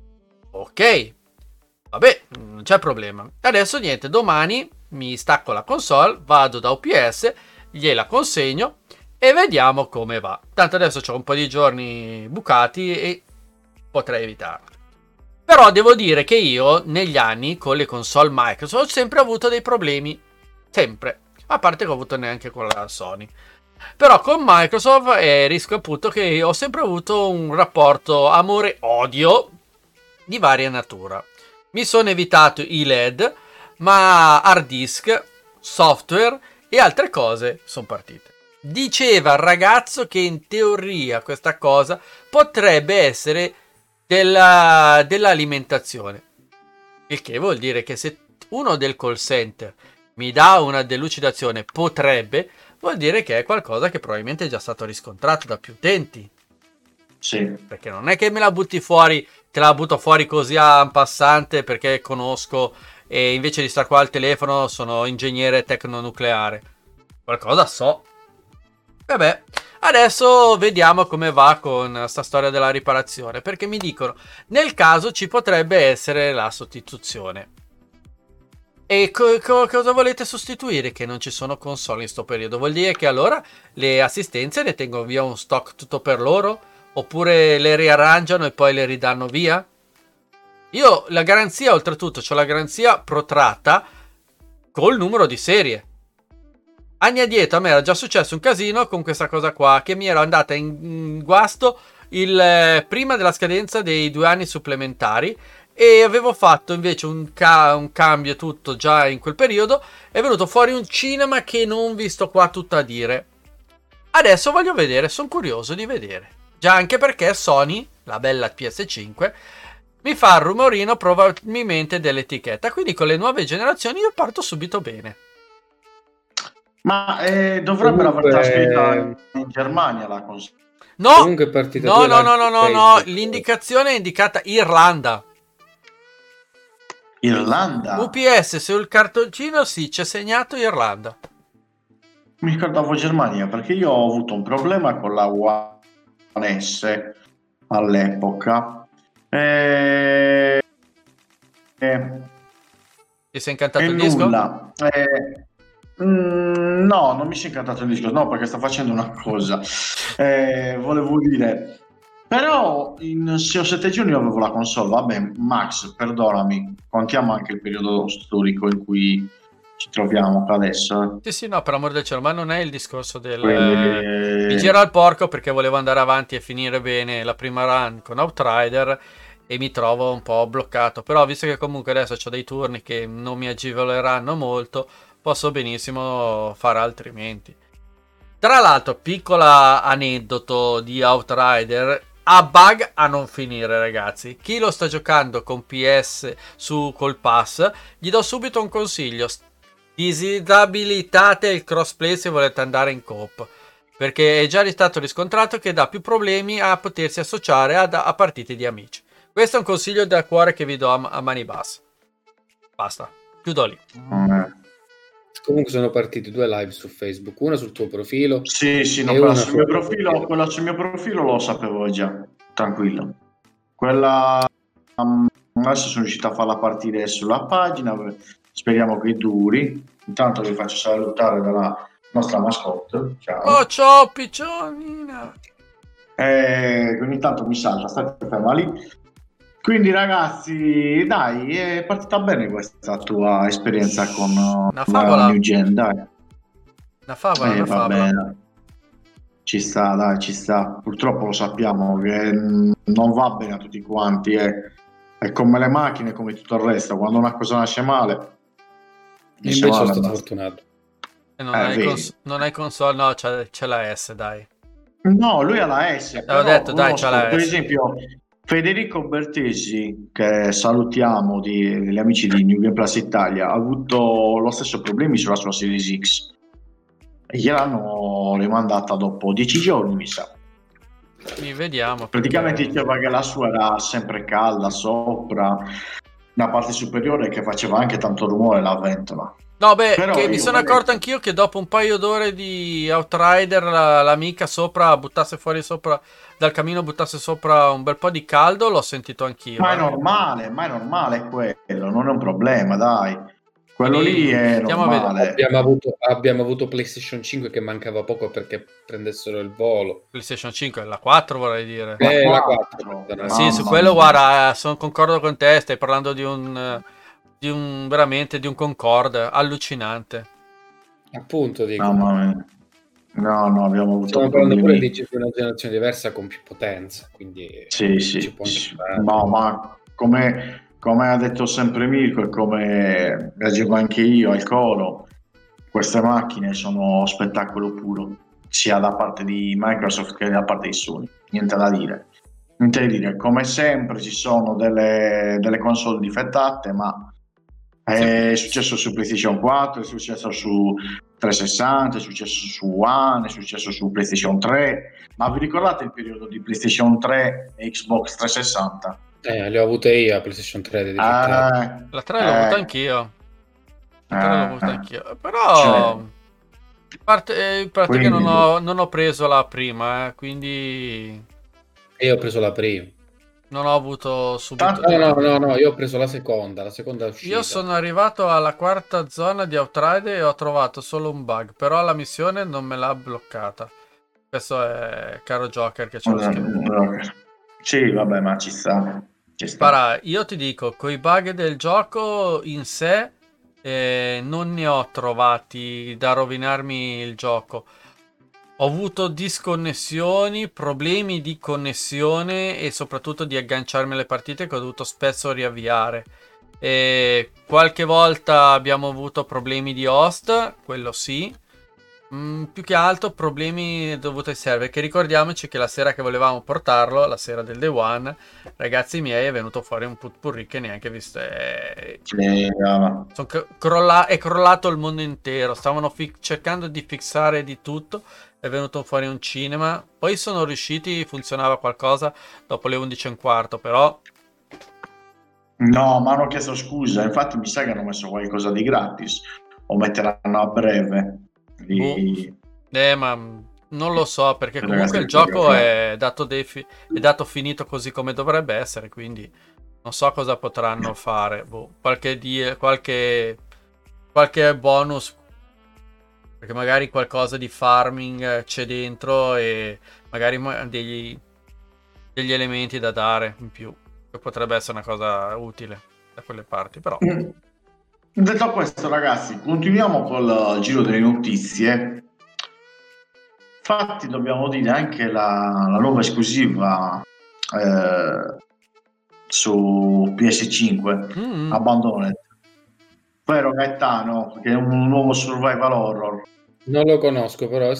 Ok, vabbè, non c'è problema. Adesso niente, domani mi stacco la console, vado da UPS, gliela consegno e vediamo come va. Tanto adesso ho un po' di giorni bucati e potrei evitarlo. Però devo dire che io negli anni con le console Microsoft ho sempre avuto dei problemi, sempre, a parte che ho avuto neanche con la Sony. Però con Microsoft rischio appunto che ho sempre avuto un rapporto amore-odio di varia natura. Mi sono evitato i LED, ma hard disk, software e altre cose sono partite. Diceva il ragazzo che in teoria questa cosa potrebbe essere dell'alimentazione, il che vuol dire che se uno del call center mi dà una delucidazione potrebbe, vuol dire che è qualcosa che probabilmente è già stato riscontrato da più utenti. Sì. Perché non è che me la butti fuori, te la butto fuori così a passante perché conosco e invece di star qua al telefono sono ingegnere tecnonucleare. Qualcosa so. Vabbè, adesso vediamo come va con sta storia della riparazione, perché mi dicono nel caso ci potrebbe essere la sostituzione. E cosa volete sostituire? Che non ci sono console in sto periodo? Vuol dire che allora le assistenze le tengo via un stock tutto per loro? Oppure le riarrangiano e poi le ridanno via? Io la garanzia, oltretutto, ho la garanzia protratta col numero di serie. Anni addietro a me era già successo un casino con questa cosa qua, che mi era andata in guasto prima della scadenza dei 2 anni supplementari e avevo fatto invece un cambio tutto già in quel periodo. È venuto fuori un cinema che non vi sto qua tutto a dire. Adesso voglio vedere, sono curioso di vedere. Già anche perché Sony, la bella PS5, mi fa il rumorino probabilmente dell'etichetta, quindi con le nuove generazioni io parto subito bene. Ma dovrebbero aver trasferita in Germania la console. No, no, l'indicazione è indicata Irlanda. Irlanda? UPS sul cartoncino sì, c'è segnato Irlanda. Mi ricordavo Germania perché io ho avuto un problema con la One S all'epoca. Ti sei incantato il disco? Nulla. No, non mi si è incantato il disco, no, perché sto facendo una cosa. Volevo dire, però in 6 o 7 giorni avevo la console. Vabbè, Max, perdonami, contiamo anche il periodo storico in cui ci troviamo adesso. Sì, no, per amor del cielo, ma non è il discorso del mi gira al porco perché volevo andare avanti e finire bene la prima run con Outrider e mi trovo un po' bloccato. Però visto che comunque adesso ho dei turni che non mi agevoleranno molto, posso benissimo fare altrimenti. Tra l'altro, piccola aneddoto di Outrider, ha bug a non finire, ragazzi. Chi lo sta giocando con PS col pass, gli do subito un consiglio: disabilitate il crossplay se volete andare in coop, perché è già stato riscontrato che dà più problemi a potersi associare a partite di amici. Questo è un consiglio da cuore che vi do a mani basse. Basta, chiudo lì. Comunque sono partiti 2 live su Facebook, una sul tuo profilo. Sì, no, quella sul mio profilo lo sapevo già, tranquillo. Quella adesso sono riuscito a farla partire sulla pagina, speriamo che duri. Intanto vi faccio salutare dalla nostra mascotte. Ciao. Oh, ciao piccionina. Ogni tanto mi salta, state ferma lì. Quindi ragazzi, dai, è partita bene questa tua esperienza con una favola. New Gen, dai. Una favola. Bene. Ci sta, dai, ci sta. Purtroppo lo sappiamo che non va bene a tutti quanti. È come le macchine, come tutto il resto. Quando una cosa nasce male, invece sono stato fortunato. E non hai console? No, c'è la S, dai. No, lui ha la S. Ho detto, dai, c'è la S. Per esempio, Federico Bertesi, che salutiamo, degli amici di New Game Plus Italia, ha avuto lo stesso problemi sulla sua Series X. E gliel'hanno rimandata dopo 10 giorni, mi sa. Vediamo. Praticamente diceva che la sua era sempre calda sopra, una parte superiore, che faceva anche tanto rumore la ventola. No, beh, che mi sono accorto anch'io che dopo un paio d'ore di Outrider l'amica sopra buttasse fuori sopra dal camino, buttasse sopra un bel po' di caldo, l'ho sentito anch'io. Ma è normale quello, non è un problema, dai. Quello lì è normale. Abbiamo avuto PlayStation 5 che mancava poco perché prendessero il volo. PlayStation 5, la 4 vorrei dire. La 4. Sì, su quello guarda, concordo con te, stai parlando di un veramente di un Concorde allucinante. Appunto, dico. No, abbiamo avuto stiamo parlando pure di una generazione diversa con più potenza, quindi sì. No, ma come ha detto sempre Mirko e come leggevo anche io al coro, queste macchine sono spettacolo puro, sia da parte di Microsoft che da parte di Sony. Niente da dire. Come sempre ci sono delle console difettate, ma è successo su PlayStation 4, è successo su 360, è successo su One, è successo su PlayStation 3. Ma vi ricordate il periodo di PlayStation 3 e Xbox 360? Le ho avute io a PlayStation 3 la 3 l'ho avuta anch'io. Però in pratica non ho preso la prima, quindi io ho preso la prima. Non ho avuto subito. No, io ho preso la seconda uscita. Io sono arrivato alla quarta zona di Outrider e ho trovato solo un bug, però la missione non me l'ha bloccata. Questo è caro Joker che ce lo scrive. Sì, vabbè, ma ci sta. Parà, io ti dico, coi bug del gioco in sé non ne ho trovati da rovinarmi il gioco. Ho avuto disconnessioni, problemi di connessione e soprattutto di agganciarmi alle partite che ho dovuto spesso riavviare. E qualche volta abbiamo avuto problemi di host, quello sì. Più che altro problemi dovuti ai server, che ricordiamoci che la sera che volevamo portarlo, la sera del Day One, ragazzi miei, è venuto fuori un putpurri che neanche visto. È crollato il mondo intero, stavano cercando di fissare di tutto, è venuto fuori un cinema, poi sono riusciti, funzionava qualcosa dopo le 11:15, però... No, ma hanno chiesto scusa, infatti mi sa che hanno messo qualcosa di gratis, o metteranno a breve. Ma non lo so, perché comunque il gioco è dato finito così come dovrebbe essere, quindi non so cosa potranno fare. Qualche bonus, perché magari qualcosa di farming c'è dentro e magari degli elementi da dare in più, che potrebbe essere una cosa utile da quelle parti, però. Detto questo, ragazzi, continuiamo col giro delle notizie. Infatti dobbiamo dire anche la nuova esclusiva su PS5, Abandoned, vero Gaetano, che è un nuovo survival horror. Non lo conosco, però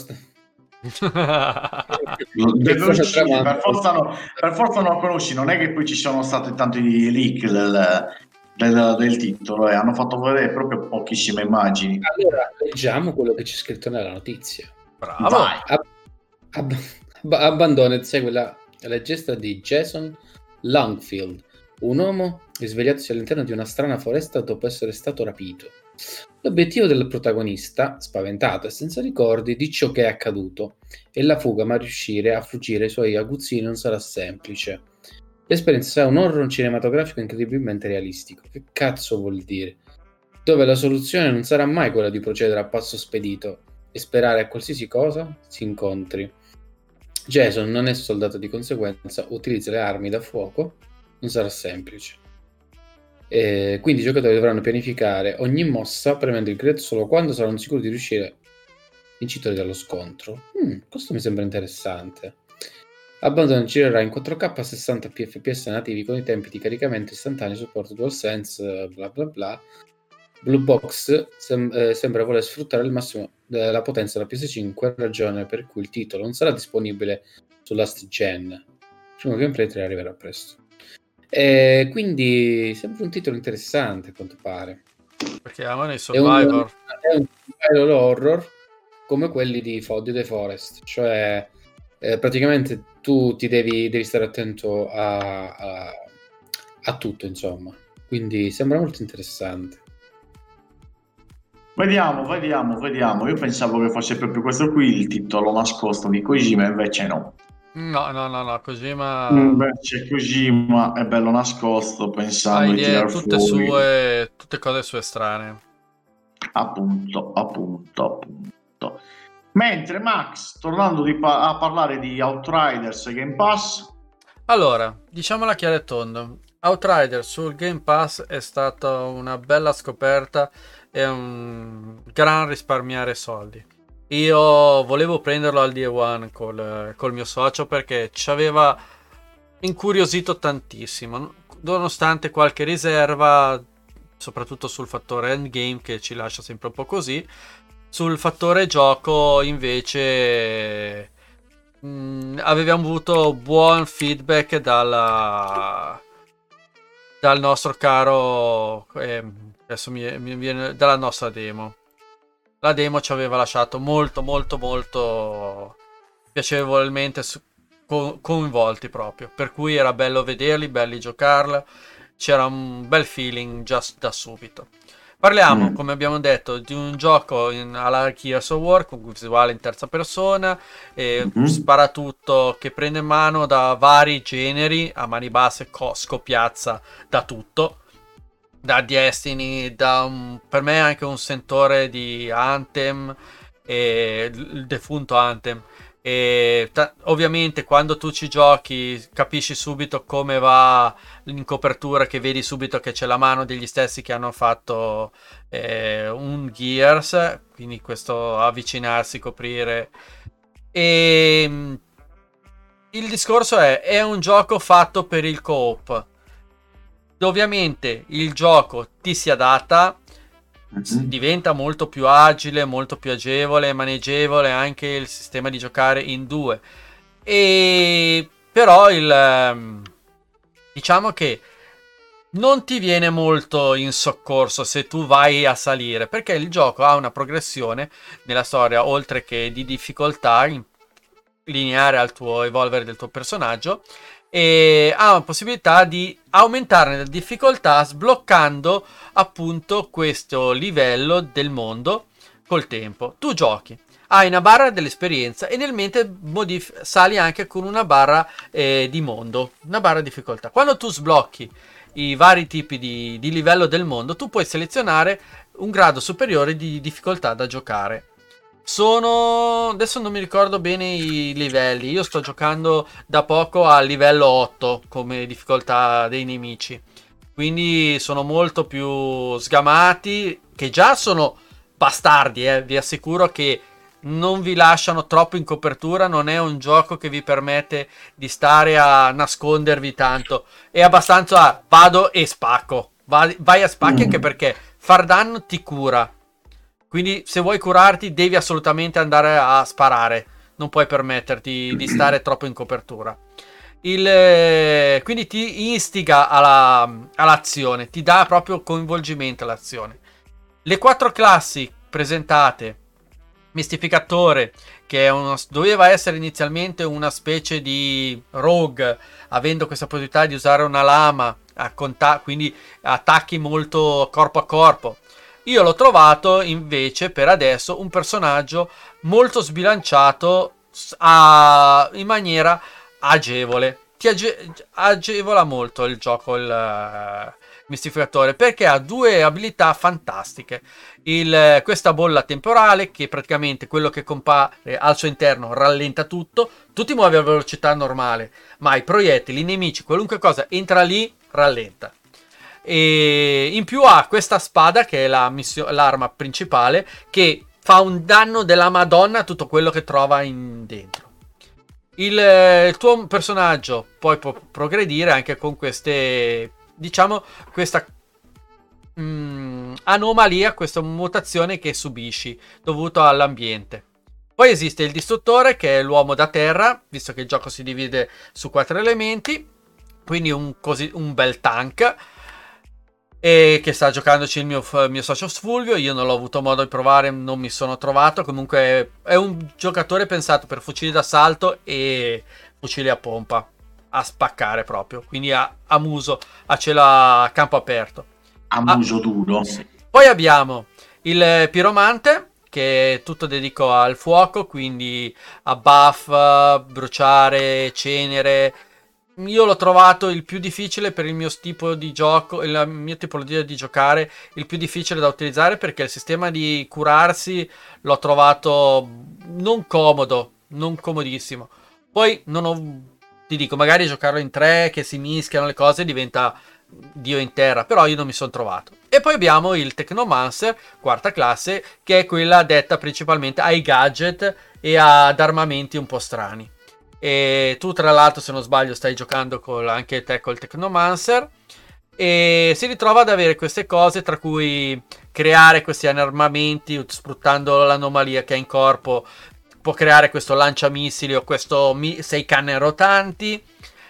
deve uscire, per forza non lo conosci, non è che poi ci sono stati tanti leak del titolo e hanno fatto vedere proprio pochissime immagini. Allora leggiamo quello che c'è scritto nella notizia. Bravo. Abandoned segue la gesta di Jason Longfield, un uomo risvegliatosi all'interno di una strana foresta dopo essere stato rapito. L'obiettivo del protagonista, spaventato e senza ricordi di ciò che è accaduto, è la fuga, ma riuscire a fuggire ai suoi aguzzini non sarà semplice. L'esperienza sarà un horror cinematografico incredibilmente realistico. Che cazzo vuol dire? Dove la soluzione non sarà mai quella di procedere a passo spedito e sperare a qualsiasi cosa si incontri. Jason non è soldato, di conseguenza utilizza le armi da fuoco, non sarà semplice. Quindi i giocatori dovranno pianificare ogni mossa premendo il grid solo quando saranno sicuri di riuscire vincitore dallo scontro. Questo mi sembra interessante. Abandon girerà in 4K a 60 fps nativi con i tempi di caricamento istantaneo, supporto DualSense, bla bla bla. Blue Box sembra voler sfruttare al massimo la potenza della PS5, ragione per cui il titolo non sarà disponibile su last gen. Il primo gameplay 3 arriverà presto. Quindi sembra un titolo interessante, a quanto pare. Perché amano i Survivor. È un survival horror come quelli di The Forest, cioè praticamente tu ti devi stare attento a tutto, insomma. Quindi sembra molto interessante. Vediamo. Io pensavo che fosse proprio questo qui il titolo nascosto di Kojima, invece no. No, Kojima... Invece Kojima è bello nascosto, pensando di tirar tutte fuori. tutte cose sue strane. Appunto. Mentre Max, tornando a parlare di Outriders e Game Pass. Allora, diciamola chiara e tonda, Outriders sul Game Pass è stata una bella scoperta e un gran risparmiare soldi. Io volevo prenderlo al Day One col mio socio perché ci aveva incuriosito tantissimo, nonostante qualche riserva, soprattutto sul fattore endgame che ci lascia sempre un po' così. Sul fattore gioco invece avevamo avuto buon feedback dal nostro caro adesso mi viene dalla nostra demo. La demo ci aveva lasciato molto piacevolmente coinvolti proprio, per cui era bello vederli, belli giocarla, c'era un bel feeling già da subito. Parliamo, come abbiamo detto, di un gioco alla Gears of War con visuale in terza persona, sparatutto che prende in mano da vari generi, a mani basse scopiazza da tutto, da Destiny, per me anche un sentore di Anthem, il defunto Anthem. Ovviamente quando tu ci giochi capisci subito come va in copertura, che vedi subito che c'è la mano degli stessi che hanno fatto un Gears, quindi questo avvicinarsi, coprire. E il discorso è un gioco fatto per il co-op. Ovviamente il gioco ti si adatta, diventa molto più agile, molto più agevole, maneggevole anche il sistema di giocare in due. E però diciamo che non ti viene molto in soccorso se tu vai a salire, perché il gioco ha una progressione nella storia, oltre che di difficoltà lineare al tuo evolvere del tuo personaggio, e ha la possibilità di aumentare la difficoltà sbloccando appunto questo livello del mondo col tempo. Tu giochi, hai una barra dell'esperienza e nel mente sali anche con una barra di mondo, una barra di difficoltà. Quando tu sblocchi i vari tipi di livello del mondo, tu puoi selezionare un grado superiore di difficoltà da giocare. Adesso non mi ricordo bene i livelli. Io sto giocando da poco a livello 8 come difficoltà dei nemici, quindi sono molto più sgamati, che già sono bastardi, vi assicuro che non vi lasciano troppo in copertura. Non è un gioco che vi permette di stare a nascondervi tanto, è abbastanza vado e spacco, vai a spacchi, anche perché far danno ti cura. Quindi se vuoi curarti devi assolutamente andare a sparare, non puoi permetterti di stare troppo in copertura. Quindi ti istiga all'azione, ti dà proprio coinvolgimento all'azione. Le 4 classi presentate, Mistificatore, che doveva essere inizialmente una specie di rogue, avendo questa possibilità di usare una lama, quindi attacchi molto corpo a corpo. Io l'ho trovato invece per adesso un personaggio molto sbilanciato in maniera agevole. Ti agevola molto il gioco il Mistificatore, perché ha 2 abilità fantastiche. Questa bolla temporale, che praticamente quello che compare al suo interno rallenta tutto. Tu ti muovi a velocità normale, ma i proiettili, i nemici, qualunque cosa entra lì, rallenta. E in più ha questa spada, che è l'arma principale, che fa un danno della Madonna a tutto quello che trova in dentro. Il tuo personaggio poi può progredire anche con queste, diciamo, questa anomalia, questa mutazione che subisci dovuto all'ambiente. Poi esiste il distruttore, che è l'uomo da terra, visto che il gioco si divide su 4 elementi, quindi un bel tank, e che sta giocandoci il mio socio Sfulvio. Io non l'ho avuto modo di provare, non mi sono trovato. Comunque è un giocatore pensato per fucili d'assalto e fucili a pompa, a spaccare proprio, quindi a muso, a cielo, a campo aperto, a muso duro. Sì. Poi abbiamo il piromante, che è tutto dedico al fuoco, quindi a buff, bruciare, cenere. Io l'ho trovato il più difficile per il mio tipo di gioco, la mia tipologia di giocare, il più difficile da utilizzare, perché il sistema di curarsi l'ho trovato non comodo, non comodissimo. Poi ti dico, magari giocarlo in 3, che si mischiano le cose, diventa Dio in terra, però io non mi sono trovato. E poi abbiamo il Technomancer, quarta classe, che è quella detta principalmente ai gadget e ad armamenti un po' strani. E tu, tra l'altro, se non sbaglio, stai giocando anche te col Technomancer, e si ritrova ad avere queste cose, tra cui creare questi armamenti sfruttando l'anomalia che ha in corpo. Può creare questo lanciamissili o questo 6 canne rotanti,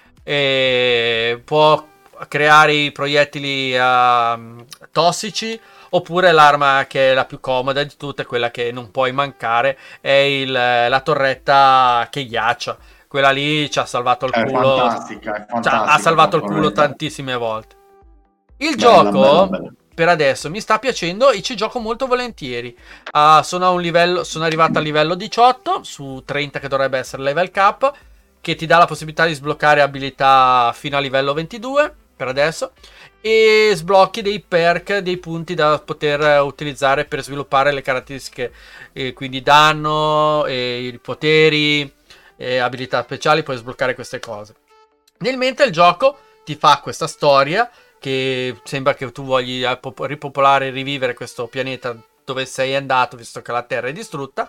e può creare i proiettili tossici, oppure l'arma che è la più comoda di tutte, quella che non puoi mancare, è la torretta che ghiaccia. Quella lì ci ha salvato il culo. Fantastica, ha salvato il culo tantissime volte. Il gioco bella. Per adesso mi sta piacendo e ci gioco molto volentieri. Sono arrivato al livello 18 su 30 che dovrebbe essere level cap, che ti dà la possibilità di sbloccare abilità fino a livello 22 per adesso, e sblocchi dei perk, dei punti da poter utilizzare per sviluppare le caratteristiche, quindi danno, i poteri, abilità speciali. Puoi sbloccare queste cose. Nel mentre il gioco ti fa questa storia che sembra che tu voglia ripopolare e rivivere questo pianeta dove sei andato, visto che la Terra è distrutta,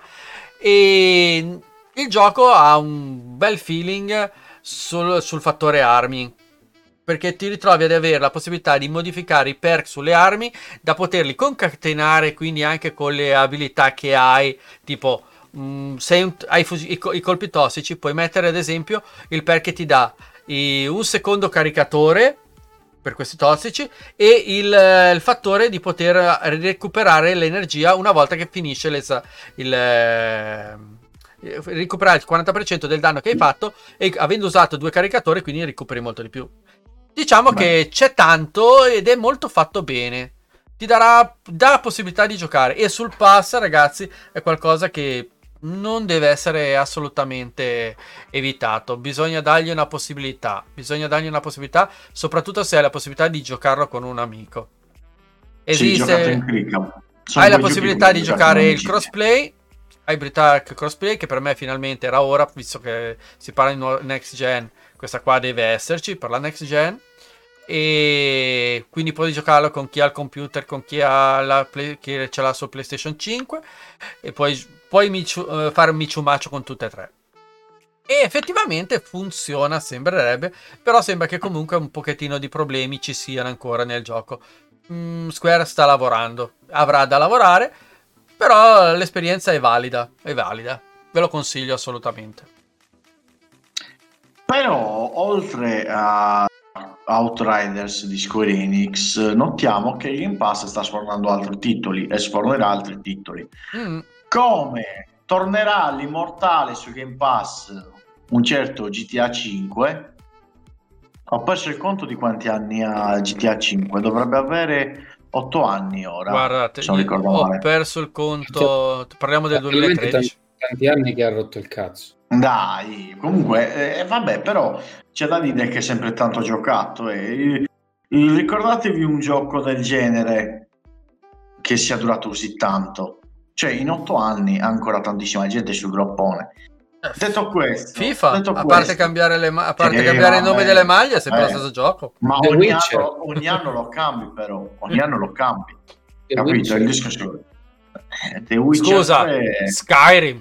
e il gioco ha un bel feeling sul fattore armi, perché ti ritrovi ad avere la possibilità di modificare i perk sulle armi, da poterli concatenare quindi anche con le abilità che hai, tipo se hai i colpi tossici, puoi mettere ad esempio il perk che ti dà un secondo caricatore per questi tossici, e il fattore di poter recuperare l'energia una volta che finisce recuperare il 40% del danno che hai fatto, e avendo usato 2 caricatori quindi recuperi molto di più. Diciamo che c'è tanto ed è molto fatto bene, ti dà la possibilità di giocare, e sul pass, ragazzi, è qualcosa che non deve essere assolutamente evitato. Bisogna dargli una possibilità, soprattutto se hai la possibilità di giocarlo con un amico. Hai la possibilità di giocare il crossplay, Hybrid Arc crossplay, che per me finalmente era ora, visto che si parla di next gen. Questa qua deve esserci per la next gen, e quindi puoi giocarlo con chi ha il computer, con chi ha chi ce l'ha su PlayStation 5, e puoi fare un miciumaccio con tutte e 3. E effettivamente funziona, sembrerebbe, però sembra che comunque un pochettino di problemi ci siano ancora nel gioco. Square sta lavorando, avrà da lavorare, però l'esperienza è valida, ve lo consiglio assolutamente. Però oltre a Outriders di Square Enix, notiamo che Game Pass sta sfornando altri titoli e sfornerà altri titoli. Come tornerà all'immortale su Game Pass un certo GTA 5. Ho perso il conto di quanti anni ha GTA 5, dovrebbe avere 8 anni ora. Guardate, ho perso il conto, parliamo del 2013. Tanti anni che ha rotto il cazzo. Dai, comunque, vabbè, però c'è da dire che è sempre tanto giocato. Ricordatevi un gioco del genere che sia durato così tanto. Cioè, in 8 anni ancora tantissima gente sul groppone. Detto questo, FIFA, a parte cambiare il nome delle maglie, è sempre lo stesso gioco. Ma ogni anno lo cambi, però. Ogni anno lo cambi. Capito? Il discorso. The Witcher Scusa, 3... Skyrim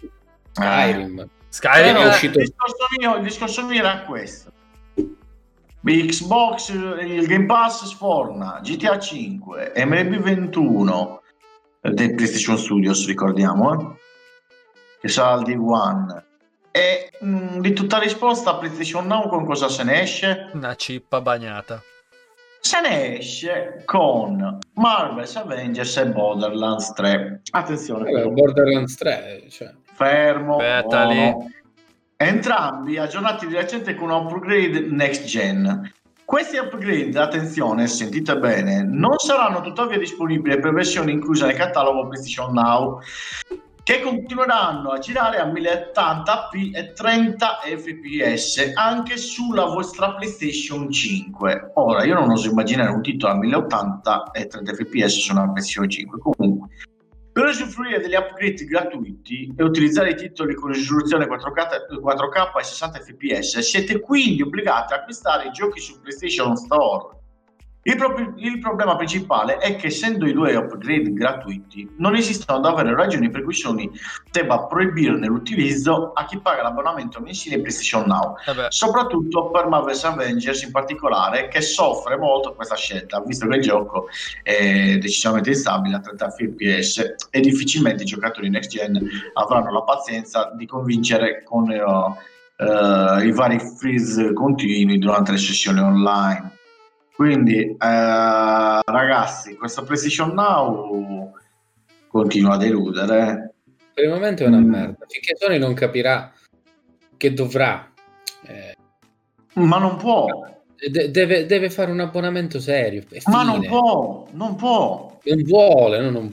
è uscito. Il discorso mio era questo: Xbox, il Game Pass sforna GTA 5, MLB 21 del PlayStation Studios, ricordiamo, che sarà al Day One. E di tutta risposta, PlayStation Now con cosa se ne esce? Una cippa bagnata. Se ne esce con Marvel's Avengers e Borderlands 3. Attenzione, Borderlands 3, cioè. Fermo. Lì. Entrambi aggiornati di recente con un upgrade next gen. Questi upgrade, attenzione, sentite bene, non saranno tuttavia disponibili per versioni incluse nel catalogo PlayStation Now, che continueranno a girare a 1080p e 30 fps anche sulla vostra PlayStation 5. Ora, io non oso immaginare un titolo a 1080 e 30 fps su una PlayStation 5. Comunque, per usufruire degli upgrade gratuiti e utilizzare i titoli con risoluzione 4K e 60 fps, siete quindi obbligati a acquistare i giochi su PlayStation Store. Il problema principale è che, essendo i due upgrade gratuiti, non esistono davvero ragioni per cui Sony debba proibirne l'utilizzo a chi paga l'abbonamento mensile PlayStation Now, soprattutto per Marvel's Avengers in particolare, che soffre molto questa scelta, visto che il gioco è decisamente instabile a 30 fps e difficilmente i giocatori next gen avranno la pazienza di convincere con i vari freeze continui durante le sessioni online. Quindi ragazzi, questa PlayStation Now continua a deludere. Per il momento è una merda, finché Sony non capirà che dovrà ma non può, deve fare un abbonamento serio, ma non può non vuole, non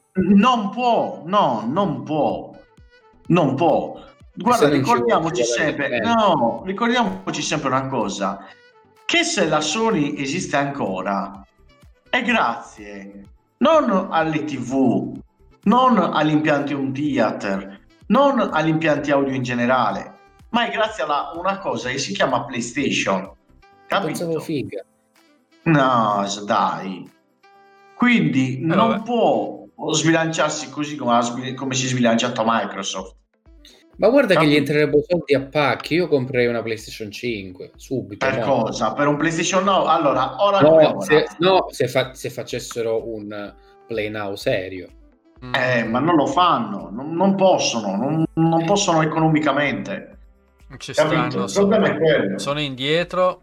può. Guarda, ricordiamoci sempre una cosa, che se la Sony esiste ancora è grazie non alle TV, non agli impianti home theater, non agli impianti audio in generale, ma è grazie a una cosa che si chiama PlayStation. Capito? Pensavo figa. No, dai. Quindi non può sbilanciarsi così come si è sbilanciato Microsoft. Ma guarda che gli entrerebbero soldi a pacchi. Io comprerei una PlayStation 5 subito. Per cosa? Per un PlayStation Now? Allora, se facessero un Play Now serio. Ma non lo fanno, non possono, non possono economicamente. Ci stanno, sono indietro.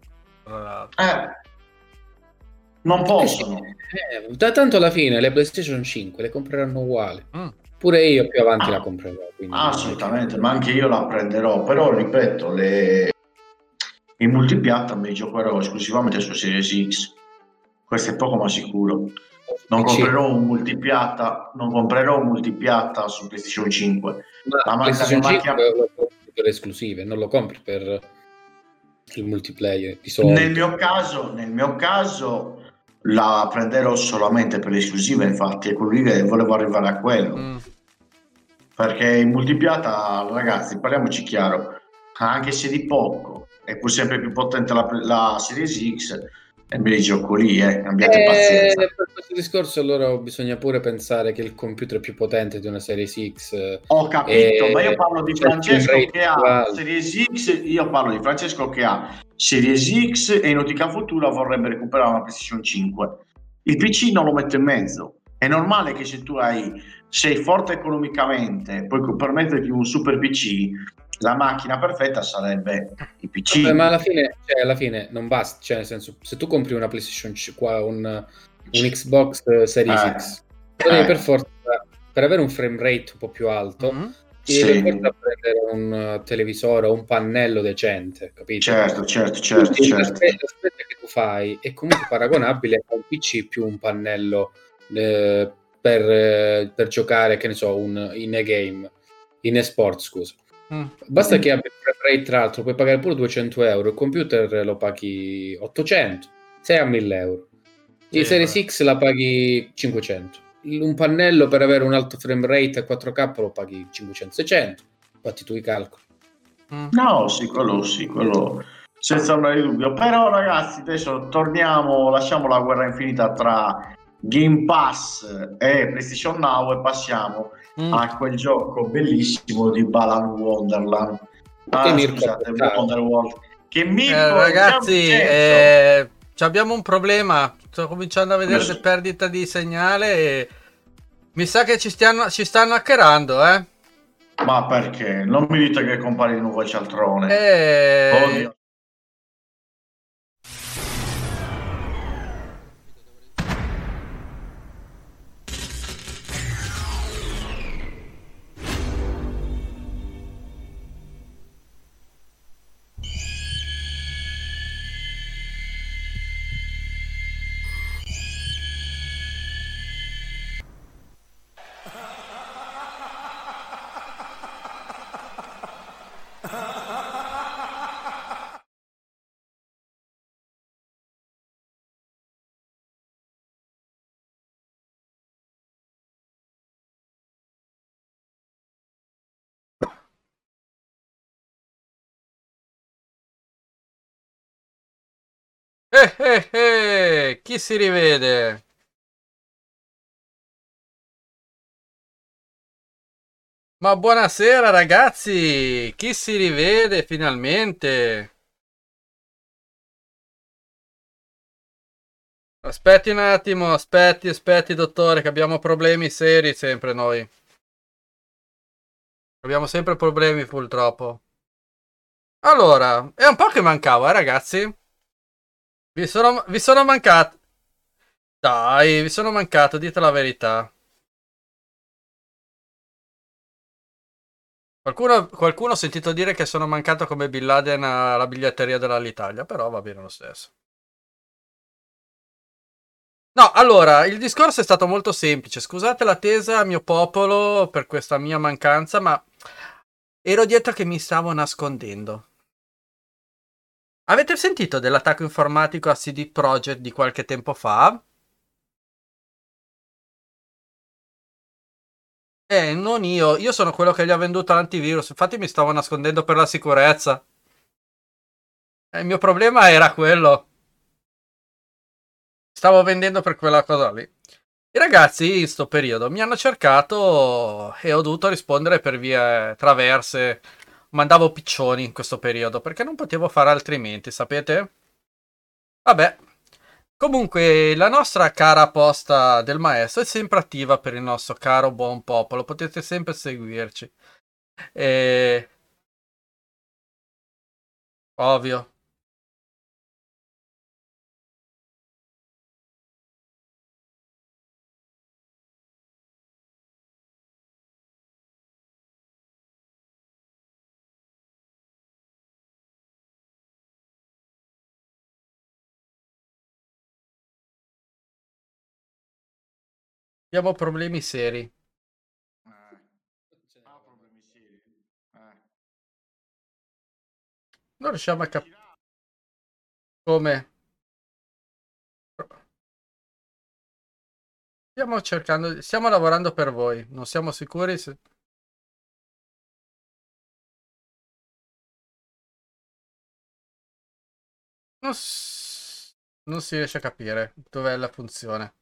Non possono. Tanto alla fine le PlayStation 5 le compreranno uguali. Pure io più avanti la comprerò. Assolutamente, ma anche io la prenderò. Però ripeto, in multipiatta mi giocherò esclusivamente su Series X. Questo è poco ma sicuro. Non comprerò un multipiatta su PlayStation 5. Ma PlayStation 5 lo compri per esclusive, non lo compri per il multiplayer di solito. Nel mio caso la prenderò solamente per l'esclusiva, infatti è quello lì che volevo arrivare a quello. Perché in multipiatta, ragazzi, parliamoci chiaro, anche se di poco è pur sempre più potente la Series X, e me li gioco lì, abbiate pazienza. Per questo discorso allora bisogna pure pensare che il computer è più potente di una Series X. Ho capito, ma io parlo di Francesco che ha Series X, Series X e in ottica futura vorrebbe recuperare una PlayStation 5. Il PC non lo mette in mezzo. È normale che se tu sei forte economicamente, puoi permetterti un super PC, la macchina perfetta sarebbe il PC. Ma alla fine non basta, cioè nel senso, se tu compri una PlayStation 5, un Xbox Series X, devi per forza, per avere un frame rate un po' più alto, devi per forza prendere un televisore o un pannello decente, capito? Certo. L'aspetto che tu fai è comunque paragonabile a un PC più un pannello per giocare, che ne so, in e-game, in e-sport, scusa. Basta che abbia un frame rate, tra l'altro puoi pagare pure 200 euro, il computer lo paghi 800, sei a 1000 euro. Il Series X la paghi 500. Un pannello per avere un alto frame rate a 4K lo paghi 500-600. Fatti tu i calcoli. No, quello senza ombra di dubbio. Però ragazzi, adesso lasciamo la guerra infinita tra Game Pass e PlayStation Now e passiamo a quel gioco bellissimo di Balan Wonderland. Scusate, Wonderworld. Che Mirko, ragazzi, abbiamo un problema. Sto cominciando a vedere le perdite di segnale e mi sa che ci stanno hackerando, eh? Ma perché? Non mi dite che compare di nuovo il cialtrone. Oddio. Chi si rivede? Ma buonasera ragazzi, chi si rivede finalmente? Aspetti un attimo, aspetti dottore, che abbiamo problemi seri sempre noi. Abbiamo sempre problemi purtroppo. Allora, è un po' che mancavo, ragazzi? Vi sono mancato. Dai, vi sono mancato, dite la verità. Qualcuno ha sentito dire che sono mancato come Bin Laden alla biglietteria dell'Alitalia, però va bene lo stesso. No, allora, il discorso è stato molto semplice. Scusate l'attesa, mio popolo, per questa mia mancanza, ma ero dietro che mi stavo nascondendo. Avete sentito dell'attacco informatico a CD Projekt di qualche tempo fa? Non io sono quello che gli ha venduto l'antivirus, infatti mi stavo nascondendo per la sicurezza. Il mio problema era quello. Stavo vendendo per quella cosa lì. I ragazzi in sto periodo mi hanno cercato e ho dovuto rispondere per vie traverse. Mandavo piccioni in questo periodo perché non potevo fare altrimenti, sapete? Vabbè. Comunque la nostra cara posta del maestro è sempre attiva per il nostro caro buon popolo, potete sempre seguirci. Ovvio. Abbiamo problemi seri. Problemi seri. Non riusciamo a capire come. Stiamo lavorando per voi, non siamo sicuri se. Non si riesce a capire dov'è la funzione.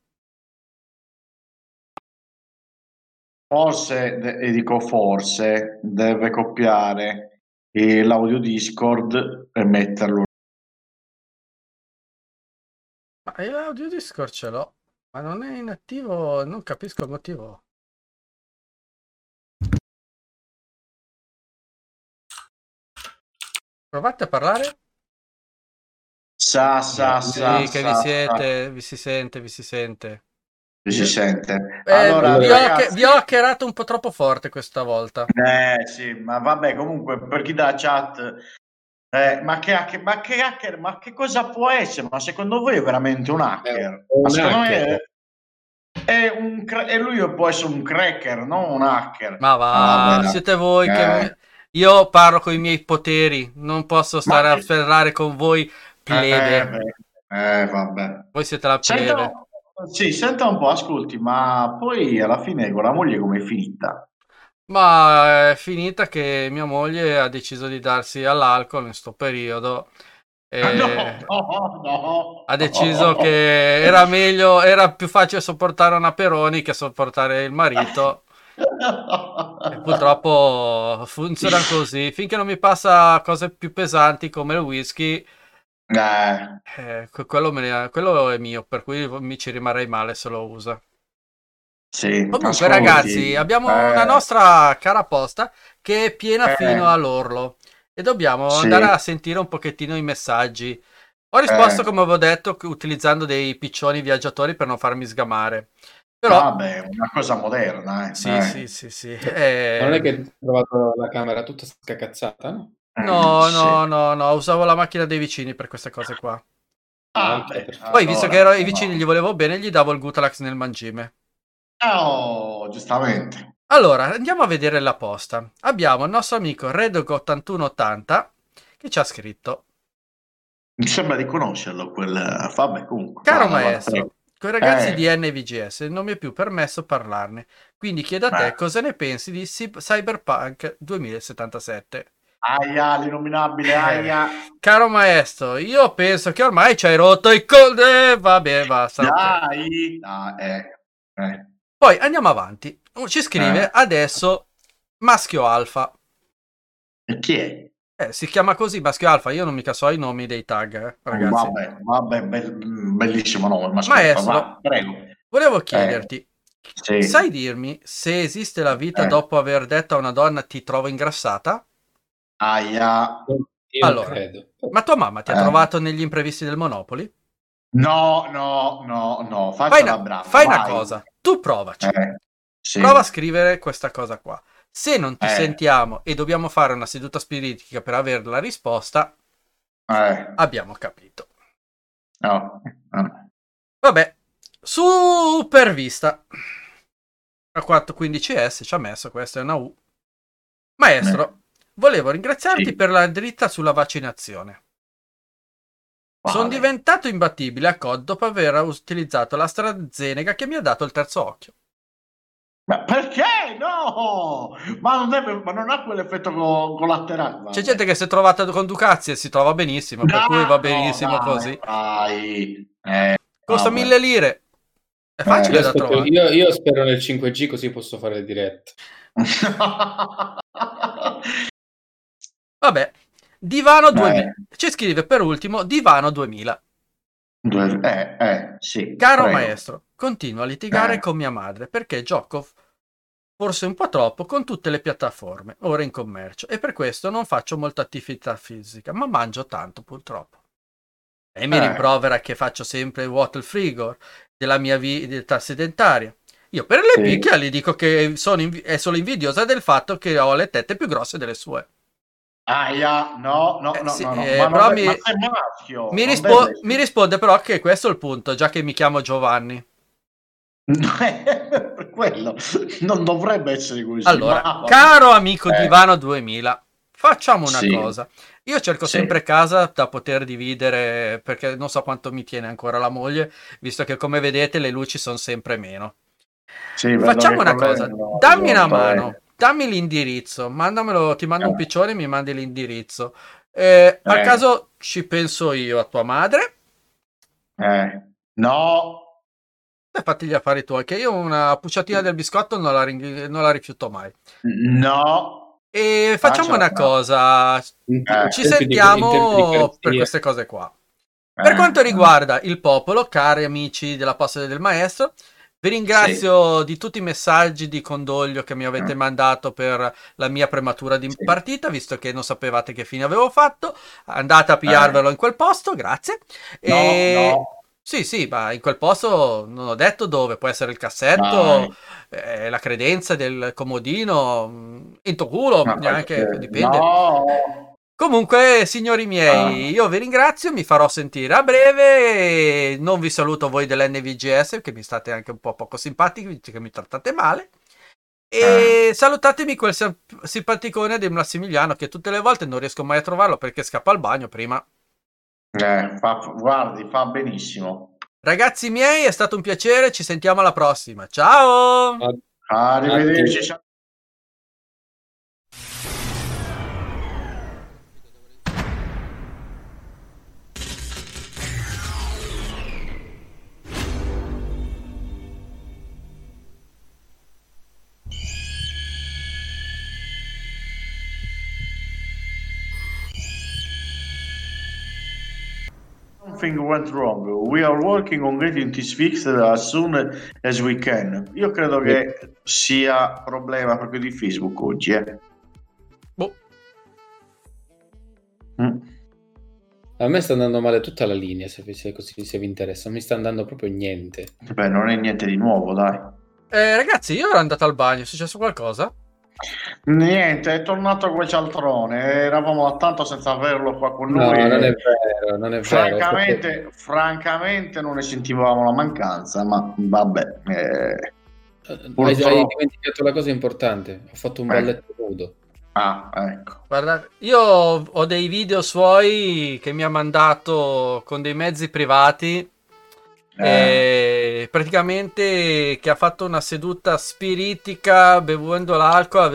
Forse, e dico forse, deve copiare l'audio Discord e metterlo. Ma l'audio Discord ce l'ho, ma non è inattivo, non capisco il motivo. Provate a parlare? Sì, che vi si sente. Vi si sente. Allora, vi ho hackerato un po' troppo forte questa volta. Sì, ma vabbè, comunque, per chi dalla chat, ma che hacker, ma che cosa può essere? Ma secondo voi è veramente un hacker? Ma secondo me e lui può essere un cracker, non un hacker. Ma va, siete voi che. Io parlo con i miei poteri, non posso stare a ferrare con voi, plebe. Vabbè. Voi siete la plebe. Senta un po', ascolti, ma poi alla fine con la moglie com'è finita? Ma è finita che mia moglie ha deciso di darsi all'alcol in sto periodo No. Ha deciso che era più facile sopportare una Peroni che sopportare il marito. E purtroppo funziona così. Finché non mi passa cose più pesanti come il whisky, quello è mio, per cui mi ci rimarrei male se lo usa. Sì, Comunque, ascolti. ragazzi, abbiamo una nostra cara posta che è piena fino all'orlo e dobbiamo andare a sentire un pochettino i messaggi. Ho risposto, come avevo detto, utilizzando dei piccioni viaggiatori per non farmi sgamare. Però, vabbè, una cosa moderna, sì. Non è che hai trovato la camera tutta scacazzata, no? No, usavo la macchina dei vicini per queste cose qua. Poi, visto che ero i vicini, gli volevo bene, gli davo il Gutalax nel mangime. Giustamente. Allora, andiamo a vedere la posta. Abbiamo il nostro amico Redog8180 che ci ha scritto: mi sembra di conoscerlo vabbè, comunque. Caro maestro, con i ragazzi di NVGS non mi è più permesso parlarne, quindi chiedo a te cosa ne pensi di Cyberpunk 2077. Aia, l'innominabile, aia. Caro maestro, io penso che ormai ci hai rotto i coglioni. Vabbè, basta. Dai. Poi andiamo avanti. Ci scrive adesso Maschio Alfa. E chi è? Si chiama così Maschio Alfa. Io non mica so i nomi dei tag, ragazzi. Vabbè, bellissimo nome. Maestro, prego. Volevo chiederti, sai dirmi se esiste la vita dopo aver detto a una donna ti trovo ingrassata? Aia. Allora, ma tua mamma ti ha trovato negli imprevisti del Monopoli? No. Fai una cosa, tu provaci. Sì. Prova a scrivere questa cosa qua. Se non ti sentiamo e dobbiamo fare una seduta spiritica per avere la risposta, abbiamo capito. No. Vabbè, supervista. A 415S ci ha messo, questa è una U. Maestro, volevo ringraziarti per la dritta sulla vaccinazione. Sono diventato imbattibile a COD dopo aver utilizzato l'AstraZeneca che mi ha dato il terzo occhio. Ma perché? No! Ma non ha quell'effetto collaterale. C'è gente che si è trovata con Ducazzi e si trova benissimo, per cui va benissimo così. Costa 1.000 lire. È facile da trovare. Io spero nel 5G così posso fare le dirette. Vabbè, Divano 2000. Ci scrive per ultimo Divano 2000. Sì. Caro maestro, continuo a litigare con mia madre perché gioco forse un po' troppo con tutte le piattaforme ora in commercio e per questo non faccio molta attività fisica, ma mangio tanto purtroppo. E mi rimprovera che faccio sempre vuoto il frigo della mia vita sedentaria. Io per le picchia gli dico che è solo invidiosa del fatto che ho le tette più grosse delle sue. No. Però mi risponde però che questo è il punto, già che mi chiamo Giovanni. Per quello non dovrebbe essere così. Allora, caro amico Divano 2000, facciamo una cosa. Io cerco sempre casa da poter dividere, perché non so quanto mi tiene ancora la moglie, visto che come vedete le luci sono sempre meno. Facciamo una cosa, dammi una mano. Dammi l'indirizzo, mandamelo, ti mando un piccione e mi mandi l'indirizzo. Al caso ci penso io a tua madre? No. Fatti gli affari tuoi, che io una pucciatina del biscotto non la rifiuto mai. No. E facciamo una cosa, ci sentiamo per queste cose qua. Per quanto riguarda il popolo, cari amici della Posta del Maestro, vi ringrazio di tutti i messaggi di condoglio che mi avete mandato per la mia prematura di partita, visto che non sapevate che fine avevo fatto. Andate a pigliarvelo in quel posto, grazie. No. Sì, ma in quel posto non ho detto dove, può essere il cassetto, la credenza del comodino, in tuo culo, neanche, dipende. No. Comunque, signori miei, io vi ringrazio, mi farò sentire a breve, non vi saluto voi dell'NVGS, che mi state anche un po' poco simpatici, che mi trattate male, e salutatemi quel simpaticone di Massimiliano, che tutte le volte non riesco mai a trovarlo perché scappa al bagno prima. Guardi, fa benissimo. Ragazzi miei, è stato un piacere, ci sentiamo alla prossima. Ciao! Arrivederci. something went wrong. We are working on getting this fixed as soon as we can. Io credo che sia problema proprio di Facebook oggi, Boh. A me sta andando male tutta la linea, se così, se vi interessa. Non mi sta andando proprio niente. Beh, non è niente di nuovo, dai. Ragazzi, io ero andato al bagno, è successo qualcosa? Niente, è tornato quel cialtrone. Eravamo da tanto senza averlo qua con noi. No, non è vero, non è vero. Francamente non ne sentivamo la mancanza, ma vabbè. Hai dimenticato la cosa importante. Ho fatto un balletto nudo. Ah, ecco. Guarda, io ho dei video suoi che mi ha mandato con dei mezzi privati. Praticamente che ha fatto una seduta spiritica bevendo l'alcol,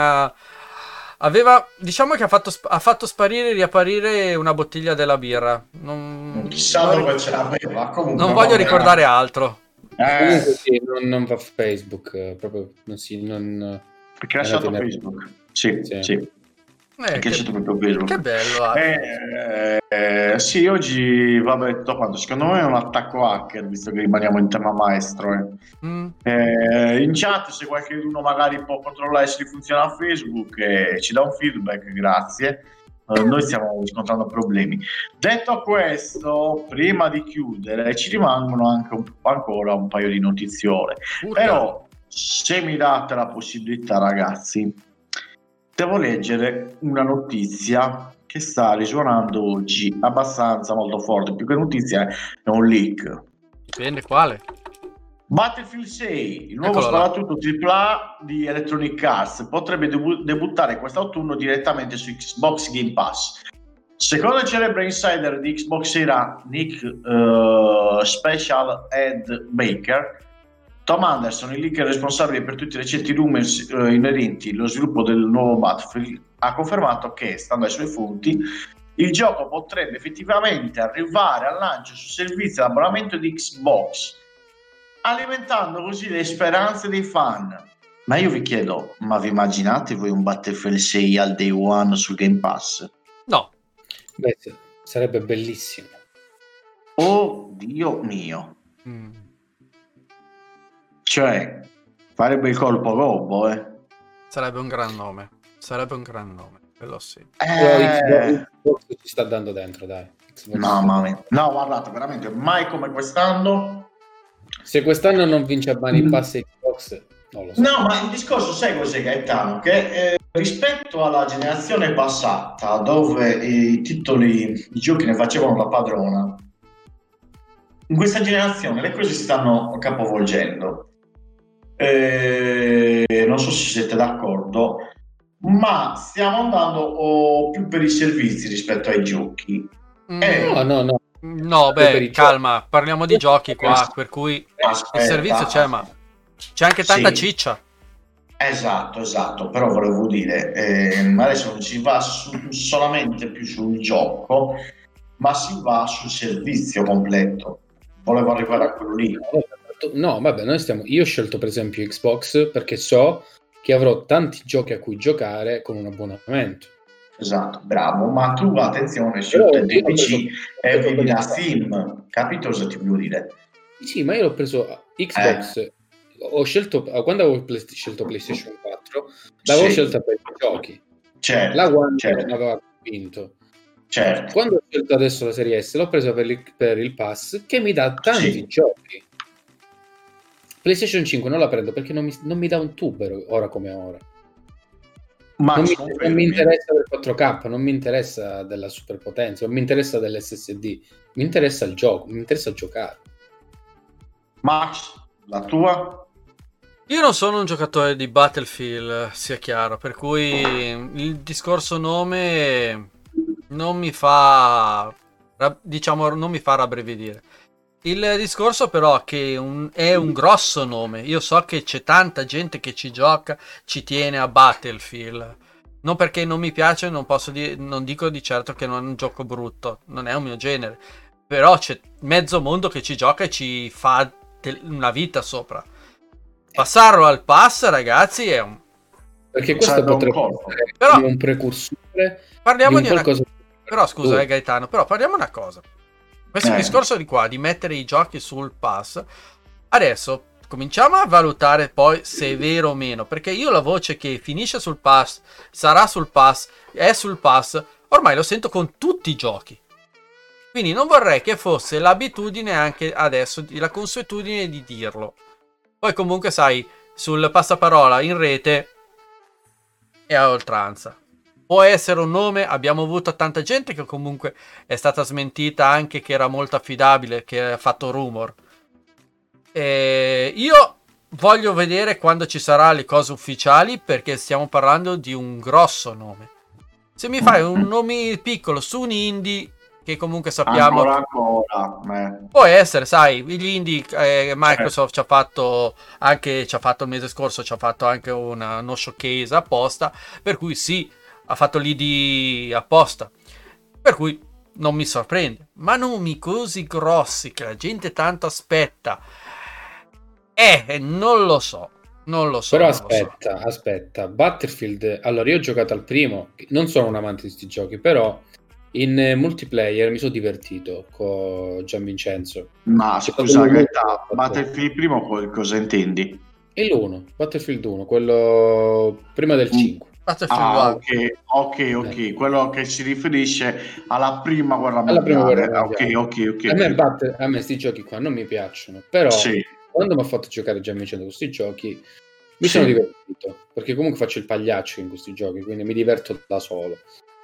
diciamo che ha fatto sparire e riapparire una bottiglia della birra. Chissà dove ce l'aveva. Comunque non voglio ricordare altro. Comunque sì, non va Facebook proprio, non perché ha lasciato Facebook. Sì. Che bello. Sì, oggi vabbè, tutto quanto. Secondo me è un attacco hacker, visto che rimaniamo in tema maestro. In chat, se qualcuno magari può controllare se funziona Facebook e ci dà un feedback, grazie. Noi stiamo riscontrando problemi. Detto questo, prima di chiudere, ci rimangono anche ancora un paio di notiziole. Però, se mi date la possibilità, ragazzi, devo leggere una notizia che sta risuonando oggi abbastanza molto forte. Più che notizia è un leak. Dipende quale. Battlefield 6, il nuovo sparatutto AAA di Electronic Arts, potrebbe debuttare quest'autunno direttamente su Xbox Game Pass. Secondo il celebre insider di Xbox era Nick Special Head Baker, Tom Anderson, il leaker responsabile per tutti i recenti rumors inerenti allo sviluppo del nuovo Battlefield, ha confermato che, stando ai suoi fonti, il gioco potrebbe effettivamente arrivare al lancio su servizi di abbonamento di Xbox, alimentando così le speranze dei fan. Ma io vi chiedo, ma vi immaginate voi un Battlefield 6 al day one sul Game Pass? No. Beh, sarebbe bellissimo. Oh Dio mio. Cioè, farebbe il colpo gobbo, Sarebbe un gran nome. Quello sì. Xbox ci sta dando dentro, dai. Mamma mia. No, guardate, veramente, mai come quest'anno. Se quest'anno non vince a mani passi Xbox, non lo so. No, ma il discorso, sai cos'è, Gaetano? Che rispetto alla generazione passata, dove i giochi ne facevano la padrona, in questa generazione le cose si stanno capovolgendo. Non so se siete d'accordo, ma stiamo andando più per i servizi rispetto ai giochi. No, beh, calma, parliamo di giochi qua, per cui il servizio c'è, ma c'è anche tanta ciccia. Esatto, però volevo dire, adesso non si va solamente più sul gioco, ma si va sul servizio completo. Volevo arrivare a quello lì. No, vabbè, io ho scelto per esempio Xbox perché so che avrò tanti giochi a cui giocare con un abbonamento. Esatto, bravo, ma tu attenzione, scelte dei PC e vivi da Steam, capito cosa ti voglio dire? Sì, ma io l'ho preso Xbox, ho scelto, quando avevo scelto PlayStation 4, l'avevo scelta per i giochi. Certo, la One non aveva vinto. Certo. Quando ho scelto adesso la Serie S, l'ho presa per il Pass, che mi dà tanti giochi. PlayStation 5 non la prendo perché non mi dà un tubero ora come ora. Ma non mi interessa del 4K, non mi interessa della superpotenza, non mi interessa dell'SSD, mi interessa il gioco, mi interessa giocare. Max, la tua? Io non sono un giocatore di Battlefield, sia chiaro, per cui il discorso nome non mi fa, diciamo, non mi fa rabbrividire. Il discorso però è che è un grosso nome. Io so che c'è tanta gente che ci gioca, ci tiene a Battlefield. Non perché non mi piace, non dico di certo che non è un gioco brutto, non è un mio genere. Però c'è mezzo mondo che ci gioca e ci fa una vita sopra. Passarlo al pass, ragazzi, è un... Perché questo potrebbe essere un precursore. Parliamo di qualcosa. Però scusa, Gaetano, però parliamo una cosa. Questo discorso di qua, di mettere i giochi sul pass, adesso cominciamo a valutare poi se è vero o meno, perché io la voce che finisce sul pass, sarà sul pass, è sul pass, ormai lo sento con tutti i giochi. Quindi non vorrei che fosse l'abitudine anche adesso, la consuetudine di dirlo. Poi comunque sai, sul passaparola in rete è a oltranza. Può essere un nome, abbiamo avuto tanta gente che comunque è stata smentita anche che era molto affidabile, che ha fatto rumor. Io voglio vedere quando ci sarà le cose ufficiali, perché stiamo parlando di un grosso nome. Se mi fai un nome piccolo su un indie, che comunque sappiamo può essere, sai, gli indie, Microsoft ci ha fatto il mese scorso, ci ha fatto anche uno showcase apposta, per cui sì, ha fatto l'ID apposta, per cui non mi sorprende. Ma nomi così grossi che la gente tanto aspetta, non lo so. Però aspetta, Battlefield, allora io ho giocato al primo, non sono un amante di questi giochi, però in multiplayer mi sono divertito con Gianvincenzo. Ma scusa, Battlefield primo cosa intendi? È l'1, Battlefield 1, quello prima del 5. Ok, quello che si riferisce alla prima guerra mondiale. Ok. A me sti giochi qua non mi piacciono, però quando mi ha fatto giocare Gianvincenzo questi giochi mi sono divertito, perché comunque faccio il pagliaccio in questi giochi, quindi mi diverto da solo.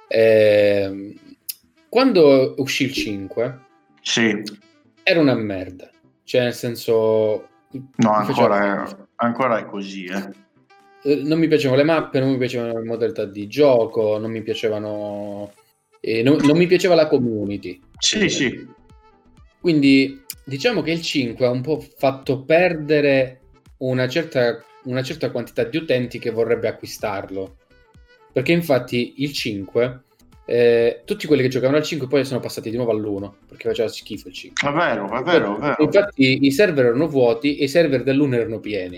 Quando uscì il 5 era una merda, cioè nel senso ancora è così, non mi piacevano le mappe, non mi piacevano le modalità di gioco, non mi piacevano non mi piaceva la community. Sì. Quindi diciamo che il 5 ha un po' fatto perdere una certa quantità di utenti che vorrebbe acquistarlo, perché infatti il 5 tutti quelli che giocavano al 5 poi sono passati di nuovo all'1 perché faceva schifo il 5. È vero. Infatti i server erano vuoti e i server dell'1 erano pieni.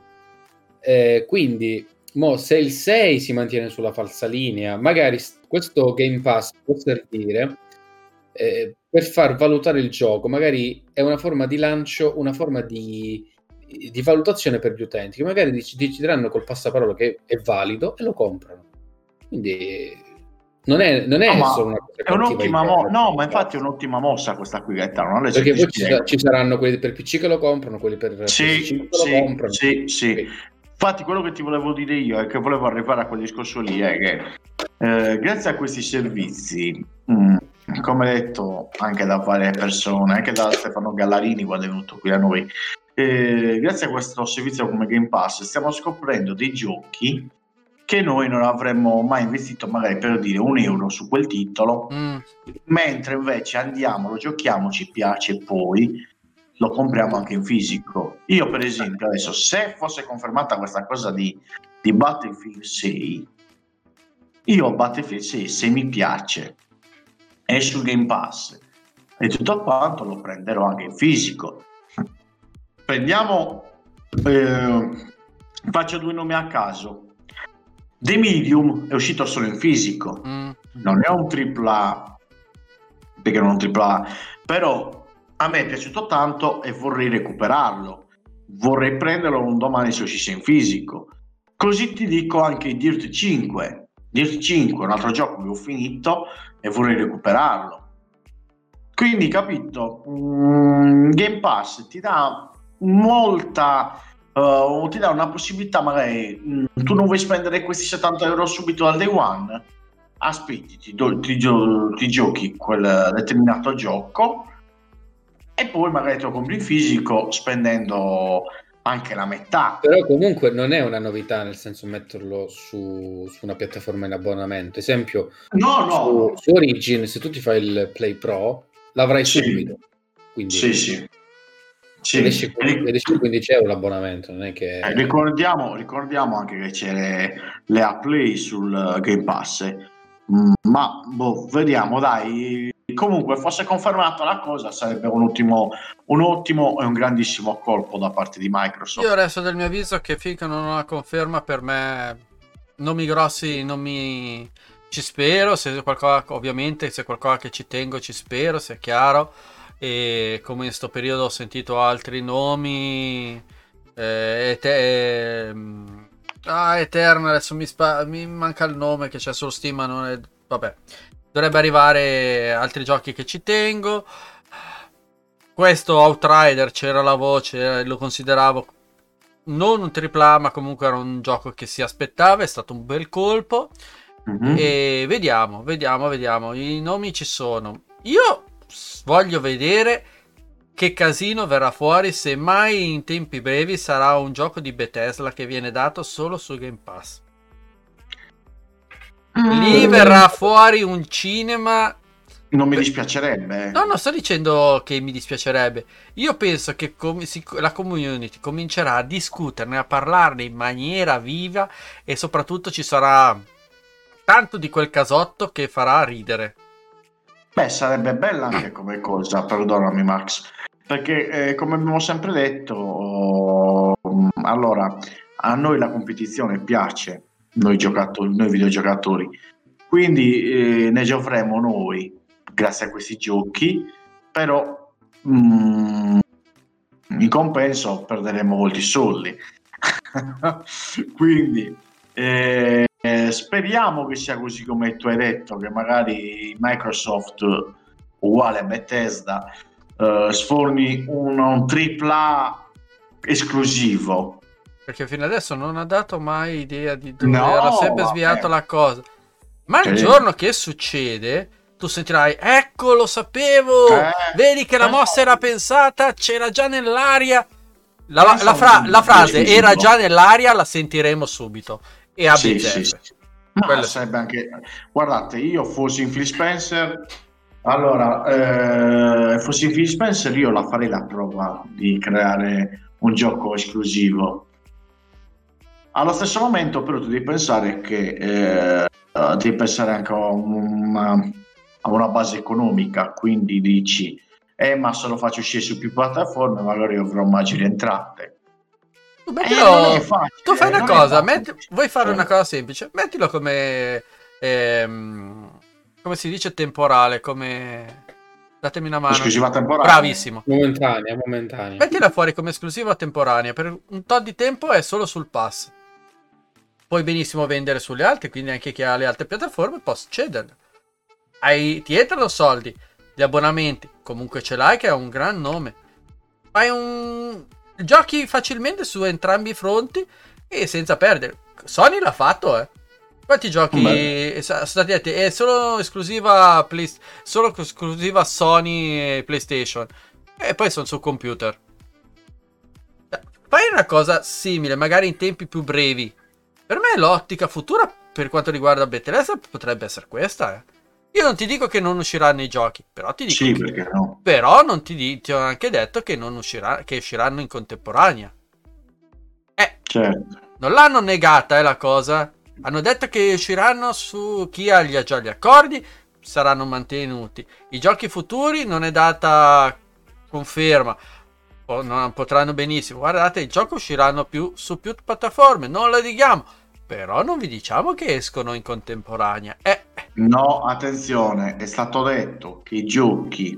Quindi se il 6 si mantiene sulla falsalinea, magari questo Game Pass può servire per far valutare il gioco, magari è una forma di lancio, una forma di valutazione per gli utenti che magari decideranno col passaparola che è valido e lo comprano. Quindi non è solo una cosa, è un'ottima ma infatti è un'ottima mossa questa qui, Gaetano, perché poi ci saranno quelli per PC che lo comprano, quelli per PC che lo comprano. Sì. Infatti quello che ti volevo dire io è che volevo arrivare a quel discorso lì, è che grazie a questi servizi, come detto anche da varie persone, anche da Stefano Gallarini quando è venuto qui a noi, grazie a questo servizio come Game Pass stiamo scoprendo dei giochi che noi non avremmo mai investito magari per dire €1 su quel titolo, mentre invece andiamo, lo giochiamo, ci piace e poi lo compriamo anche in fisico. Io per esempio adesso, se fosse confermata questa cosa di Battlefield 6, io Battlefield 6 se mi piace è sul Game Pass e tutto quanto lo prenderò anche in fisico. Prendiamo faccio due nomi a caso. The Medium è uscito solo in fisico, non è un AAA, perché non è un AAA, però a me è piaciuto tanto e vorrei recuperarlo, vorrei prenderlo un domani se uscisse in fisico. Così ti dico anche Dirt 5 è un altro gioco che ho finito e vorrei recuperarlo. Quindi capito, Game Pass ti dà molta ti dà una possibilità, magari tu non vuoi spendere questi €70 subito dal day one, aspetti, ti giochi quel determinato gioco e poi magari te lo compri in fisico spendendo anche la metà. Però comunque non è una novità, nel senso metterlo su una piattaforma in abbonamento. Esempio, su Origin, se tu ti fai il Play Pro l'avrai subito, quindi ed esce €15 l'abbonamento, non è che ricordiamo anche che c'è l'EA Play sul Game Pass, ma vediamo, dai. Comunque fosse confermata la cosa sarebbe un ottimo e un grandissimo colpo da parte di Microsoft. Io resto del mio avviso che finché non ho la conferma, per me nomi grossi ci spero, se qualcosa, ovviamente se qualcosa che ci tengo ci spero, se è chiaro. e come in sto periodo ho sentito altri nomi, Eternal, adesso mi manca il nome, che c'è sullo Steam, ma non è... vabbè, dovrebbe arrivare altri giochi che ci tengo. Questo Outrider, c'era la voce, lo consideravo non un AAA, ma comunque era un gioco che si aspettava, è stato un bel colpo. E vediamo, i nomi ci sono. Io voglio vedere che casino verrà fuori, se mai in tempi brevi sarà un gioco di Bethesda che viene dato solo su Game Pass. Lì verrà fuori un cinema. Non mi dispiacerebbe. No, non sto dicendo che mi dispiacerebbe. Io penso che la community comincerà a discuterne, a parlarne in maniera viva, e soprattutto ci sarà tanto di quel casotto che farà ridere. Beh, sarebbe bella anche come cosa, perdonami Max, perché come abbiamo sempre detto, allora, a noi la competizione piace, noi videogiocatori, quindi ne giovremo noi grazie a questi giochi, però in compenso perderemo molti soldi. Quindi speriamo che sia così come tu hai detto, che magari Microsoft, uguale a Bethesda, sforni un AAA esclusivo, perché fino adesso non ha dato mai idea di dove era sempre sviato la cosa, ma il giorno che succede tu sentirai: ecco, lo sapevo, vedi che la mossa era pensata, c'era già nell'aria. La frase era già nell'aria, la sentiremo subito. E a sì. Ma sarebbe anche, guardate, io fossi in Phil Spencer, allora fossi in Phil Spencer, io la farei la prova di creare un gioco esclusivo. Allo stesso momento però tu devi pensare che devi pensare anche a una base economica, quindi dici ma se lo faccio uscire su più piattaforme magari avrò maggiori entrate. Tu fai una cosa, vuoi fare una cosa semplice, mettilo come si dice, temporale, come, datemi una mano, esclusiva temporanea, bravissimo, momentanea, mettila fuori come esclusiva temporanea per un tot di tempo, è solo sul pass, puoi benissimo vendere sulle altre, quindi anche chi ha le altre piattaforme può cederle. Ti entrano soldi, gli abbonamenti comunque ce l'hai, che è un gran nome, giochi facilmente su entrambi i fronti e senza perdere. Sony l'ha fatto, quanti giochi sono stati detti? È solo esclusiva Sony e PlayStation, e poi sono su computer. Fai una cosa simile, magari in tempi più brevi. Per me l'ottica futura per quanto riguarda Bethesda potrebbe essere questa, Io non ti dico che non usciranno i giochi, però ti dico perché no? Però non ti ho anche detto che che usciranno in contemporanea. Certo. Non l'hanno negata, la cosa. Hanno detto che usciranno su chi ha già gli accordi, saranno mantenuti. I giochi futuri non è data conferma. Non potranno benissimo. Guardate, i giochi usciranno su più piattaforme, non lo diciamo. Però non vi diciamo che escono in contemporanea. No, attenzione, è stato detto che i giochi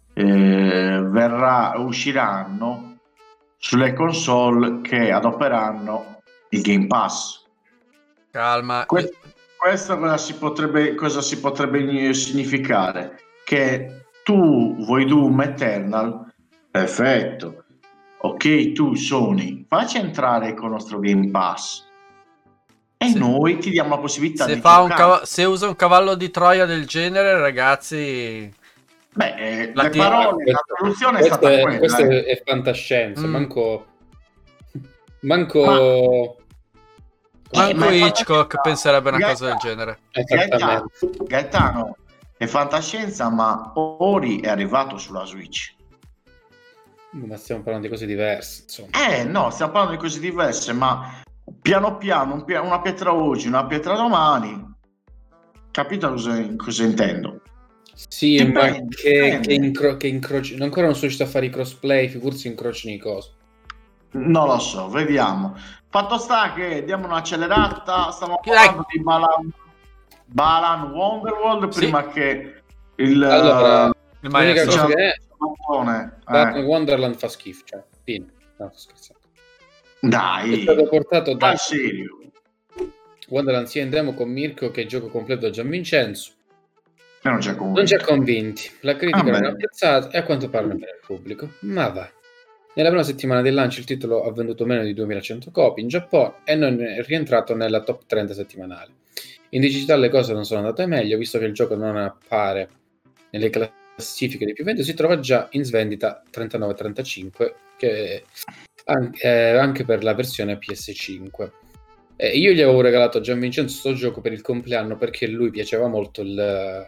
usciranno sulle console che adoperanno il Game Pass. Calma. Questo cosa si potrebbe significare? Che tu vuoi Doom Eternal? Perfetto. Ok, tu Sony, facci entrare con il nostro Game Pass. E noi ti diamo la possibilità di giocare. Se usa un cavallo di Troia del genere, ragazzi, le parole, la traduzione è stata quella. Questo è fantascienza. Manco Hitchcock penserebbe una cosa del genere. Gaetano, è fantascienza, ma Ori è arrivato sulla Switch. Ma stiamo parlando di cose diverse, insomma. No, stiamo parlando di cose diverse, ma piano piano, una pietra oggi, una pietra domani. Capito cosa intendo? Sì, dipende, ma che incroci, ancora non sono riuscito a fare i crossplay, figursi incrociano i cosi. Non lo so, vediamo. Fatto sta che diamo un'accelerata, stiamo parlando di Balan Wonderworld prima che l'unica cosa che Wonderland fa schifo, cioè, fine. No, sto scherzando. Dai, è stato portato da serio. Wonderland sia in demo con Mirko che gioco completo da Gianvincenzo. Non ci ha convinti. La critica non è apprezzata e a quanto pare non per il pubblico. Ma va. Nella prima settimana del lancio il titolo ha venduto meno di 2100 copie in Giappone e non è rientrato nella top 30 settimanali. In digitale le cose non sono andate meglio, visto che il gioco non appare nelle classifiche dei più venduti, si trova già in svendita 39,35 che anche per la versione PS5. Io gli avevo regalato a Gianvincenzo sto gioco per il compleanno perché lui piaceva molto il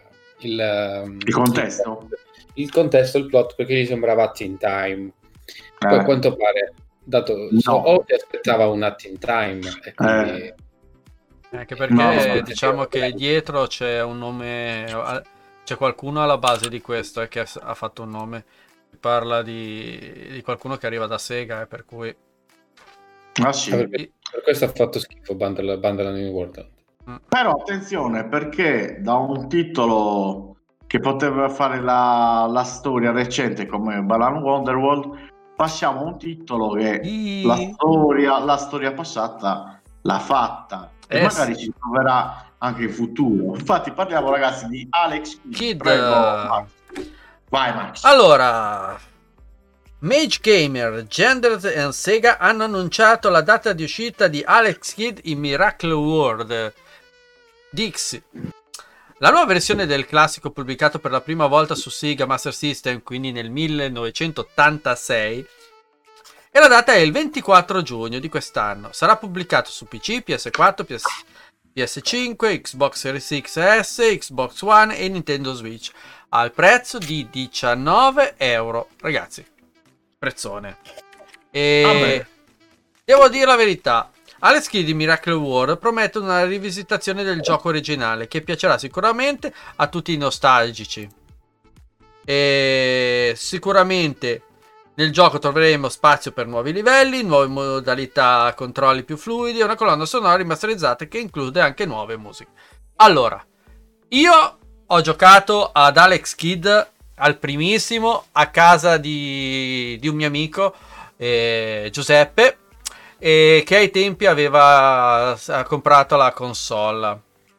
contesto, il plot, perché gli sembrava Hat in Time. Poi a quanto pare o ti aspettava un Hat in Time e quindi... anche perché diciamo che dietro c'è un nome, c'è qualcuno alla base di questo che ha fatto un nome, parla di qualcuno che arriva da Sega, per cui sì. Per questo ha fatto schifo Bundle New World. Però attenzione, perché da un titolo che poteva fare la storia recente come Balan Wonderworld passiamo a un titolo che la storia passata l'ha fatta e magari ci troverà anche in futuro. Infatti parliamo, ragazzi, di Alex Kidd. Prego, Max. Vai, Max. Allora, Mage Gamer, Gendered e Sega hanno annunciato la data di uscita di Alex Kidd in Miracle World. Dixie. La nuova versione del classico, pubblicato per la prima volta su Sega Master System, quindi nel 1986, e la data è il 24 giugno di quest'anno. Sarà pubblicato su PC, PS4, PS5, Xbox Series X, Xbox One e Nintendo Switch, al prezzo di €19. Ragazzi, prezzone. E devo dire la verità, Alex Kidd di Miracle World promette una rivisitazione del gioco originale che piacerà sicuramente a tutti i nostalgici. E sicuramente nel gioco troveremo spazio per nuovi livelli, nuove modalità, controlli più fluidi e una colonna sonora rimasterizzata che include anche nuove musiche. Allora, io ho giocato ad Alex Kidd al primissimo a casa di un mio amico, Giuseppe, che ai tempi aveva comprato la console.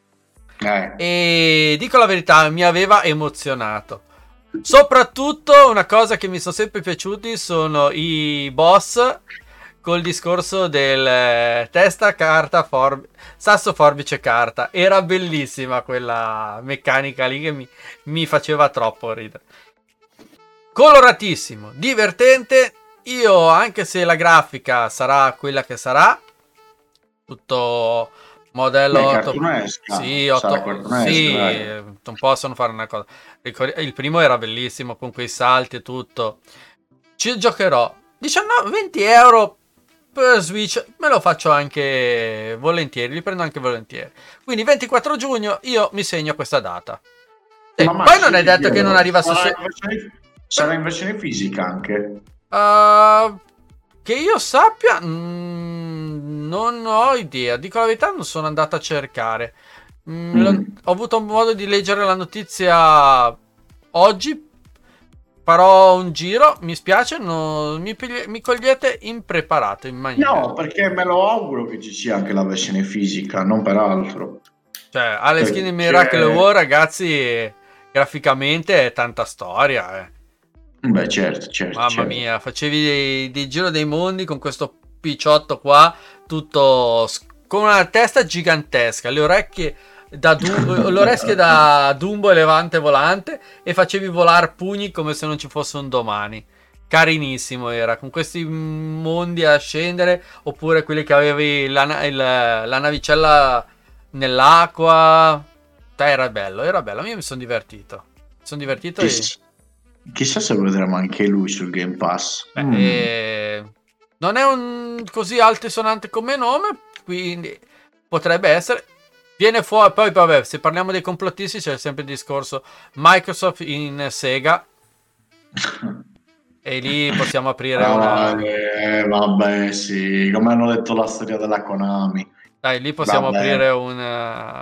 E dico la verità, mi aveva emozionato. Soprattutto una cosa che mi sono sempre piaciuti sono i boss col discorso del testa, carta, sasso, forbice, carta. Era bellissima quella meccanica lì che mi faceva troppo ridere. Coloratissimo, divertente. Io, anche se la grafica sarà quella che sarà, tutto modello sì, non possono fare una cosa. Il primo era bellissimo con quei salti e tutto. Ci giocherò. 19-20 euro per Switch, me lo faccio anche volentieri, li prendo anche volentieri. Quindi 24 giugno io mi segno questa data. Poi non è detto che non arriva sarà in versione fisica anche. Che io sappia, non ho idea. Dico la verità, non sono andato a cercare. Ho avuto modo di leggere la notizia oggi. Farò un giro. Mi spiace, mi cogliete impreparato in maniera. No, perché me lo auguro che ci sia anche la versione fisica, non per altro. Cioè, Alex Kidd in Miracle World, ragazzi, graficamente è tanta storia, Beh, certo. Mamma mia, facevi dei giro dei mondi con questo picciotto qua, tutto con una testa gigantesca, le orecchie da Dumbo elevante volante, e facevi volare pugni come se non ci fosse un domani. Carinissimo era, con questi mondi a scendere, oppure quelli che avevi la navicella nell'acqua. Era bello, io mi sono divertito. Chissà se vedremo anche lui sul Game Pass. Non è un così altisonante come nome, quindi potrebbe essere. Viene fuori, poi vabbè, se parliamo dei complottisti c'è sempre il discorso Microsoft in Sega e lì possiamo aprire vabbè, sì, come hanno detto la storia della Konami. Dai, lì possiamo aprire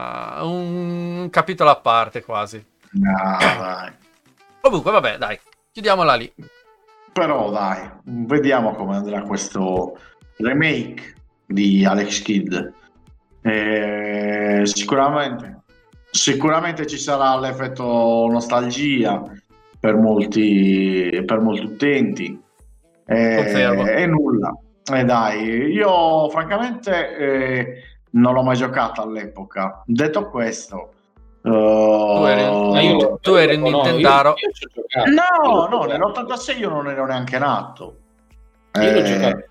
un capitolo a parte quasi. No, dai. Comunque, vabbè, dai. chiudiamola lì. Però dai, vediamo come andrà questo remake di Alex Kidd. Sicuramente ci sarà l'effetto nostalgia per molti utenti. E nulla. Dai, io francamente non l'ho mai giocato all'epoca. Detto questo, tu eri un Nintendaro. No, nell'86 io non ero neanche nato. Io l'ho giocato.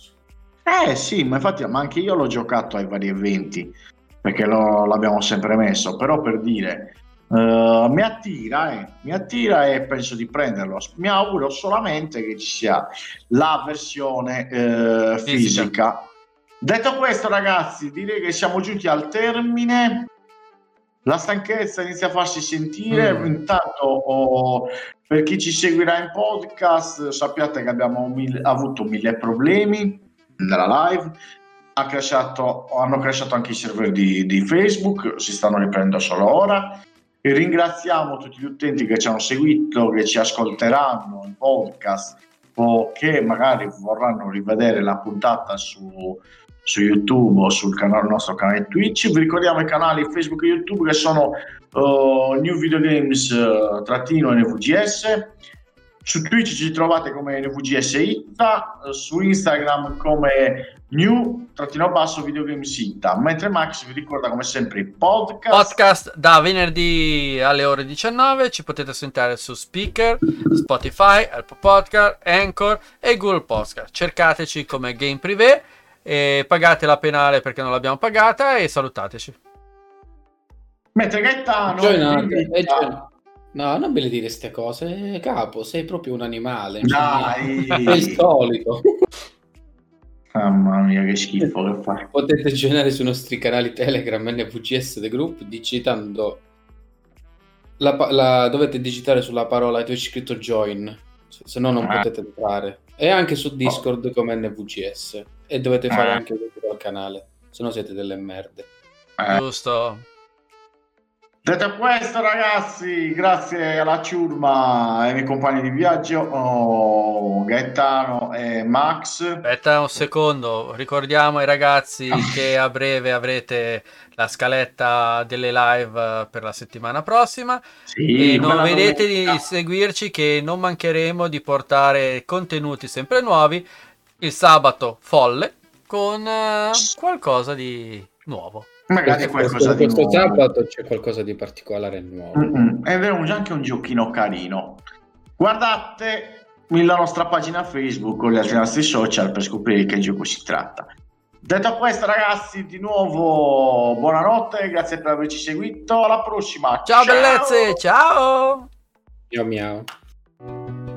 Sì, ma infatti, ma anche io l'ho giocato ai vari eventi, perché l'abbiamo sempre messo, però per dire, mi attira e penso di prenderlo. Mi auguro solamente che ci sia la versione fisica. Detto questo, ragazzi, direi che siamo giunti al termine. La stanchezza inizia a farsi sentire. Intanto, per chi ci seguirà in podcast, sappiate che abbiamo avuto 1000 problemi nella live. Hanno crashato anche i server di Facebook, si stanno riprendendo solo ora. E ringraziamo tutti gli utenti che ci hanno seguito, che ci ascolteranno in podcast o che magari vorranno rivedere la puntata su YouTube o sul nostro canale Twitch. Vi ricordiamo i canali Facebook e YouTube che sono New Video Games -NVGS. Su Twitch ci trovate come NVGS Itta, su Instagram come New_Video-Games Itta, mentre Max vi ricorda come sempre i podcast da venerdì alle ore 19. Ci potete sentire su Speaker, Spotify, Apple Podcast, Anchor e Google Podcast. Cercateci come Game Privé e pagate la penale perché non l'abbiamo pagata e salutateci. Mentre Gaetano no, non ve le dire queste cose, capo, sei proprio un animale. Dai, è il solito. Mamma mia, che schifo che fai. Potete joinare sui nostri canali Telegram NVGS The Group digitando dovete digitare sulla parola dove c'è scritto join, se no non potete entrare, e anche su Discord come NVGS, e dovete fare anche il canale, se no siete delle merde. Giusto. Detto questo, ragazzi, grazie alla ciurma e ai miei compagni di viaggio, Gaetano e Max. Aspetta un secondo, ricordiamo ai ragazzi che a breve avrete la scaletta delle live per la settimana prossima. Sì, e non vedete di seguirci, che non mancheremo di portare contenuti sempre nuovi il sabato folle con qualcosa di nuovo. Magari qualcosa di questo nuovo. sabato c'è qualcosa di particolare nuovo. Ed è anche un giochino carino. Guardate la nostra pagina Facebook o gli altri nostri social per scoprire che gioco si tratta. Detto questo, ragazzi, di nuovo buonanotte, grazie per averci seguito, alla prossima. Ciao bellezze, ciao. Miau miau.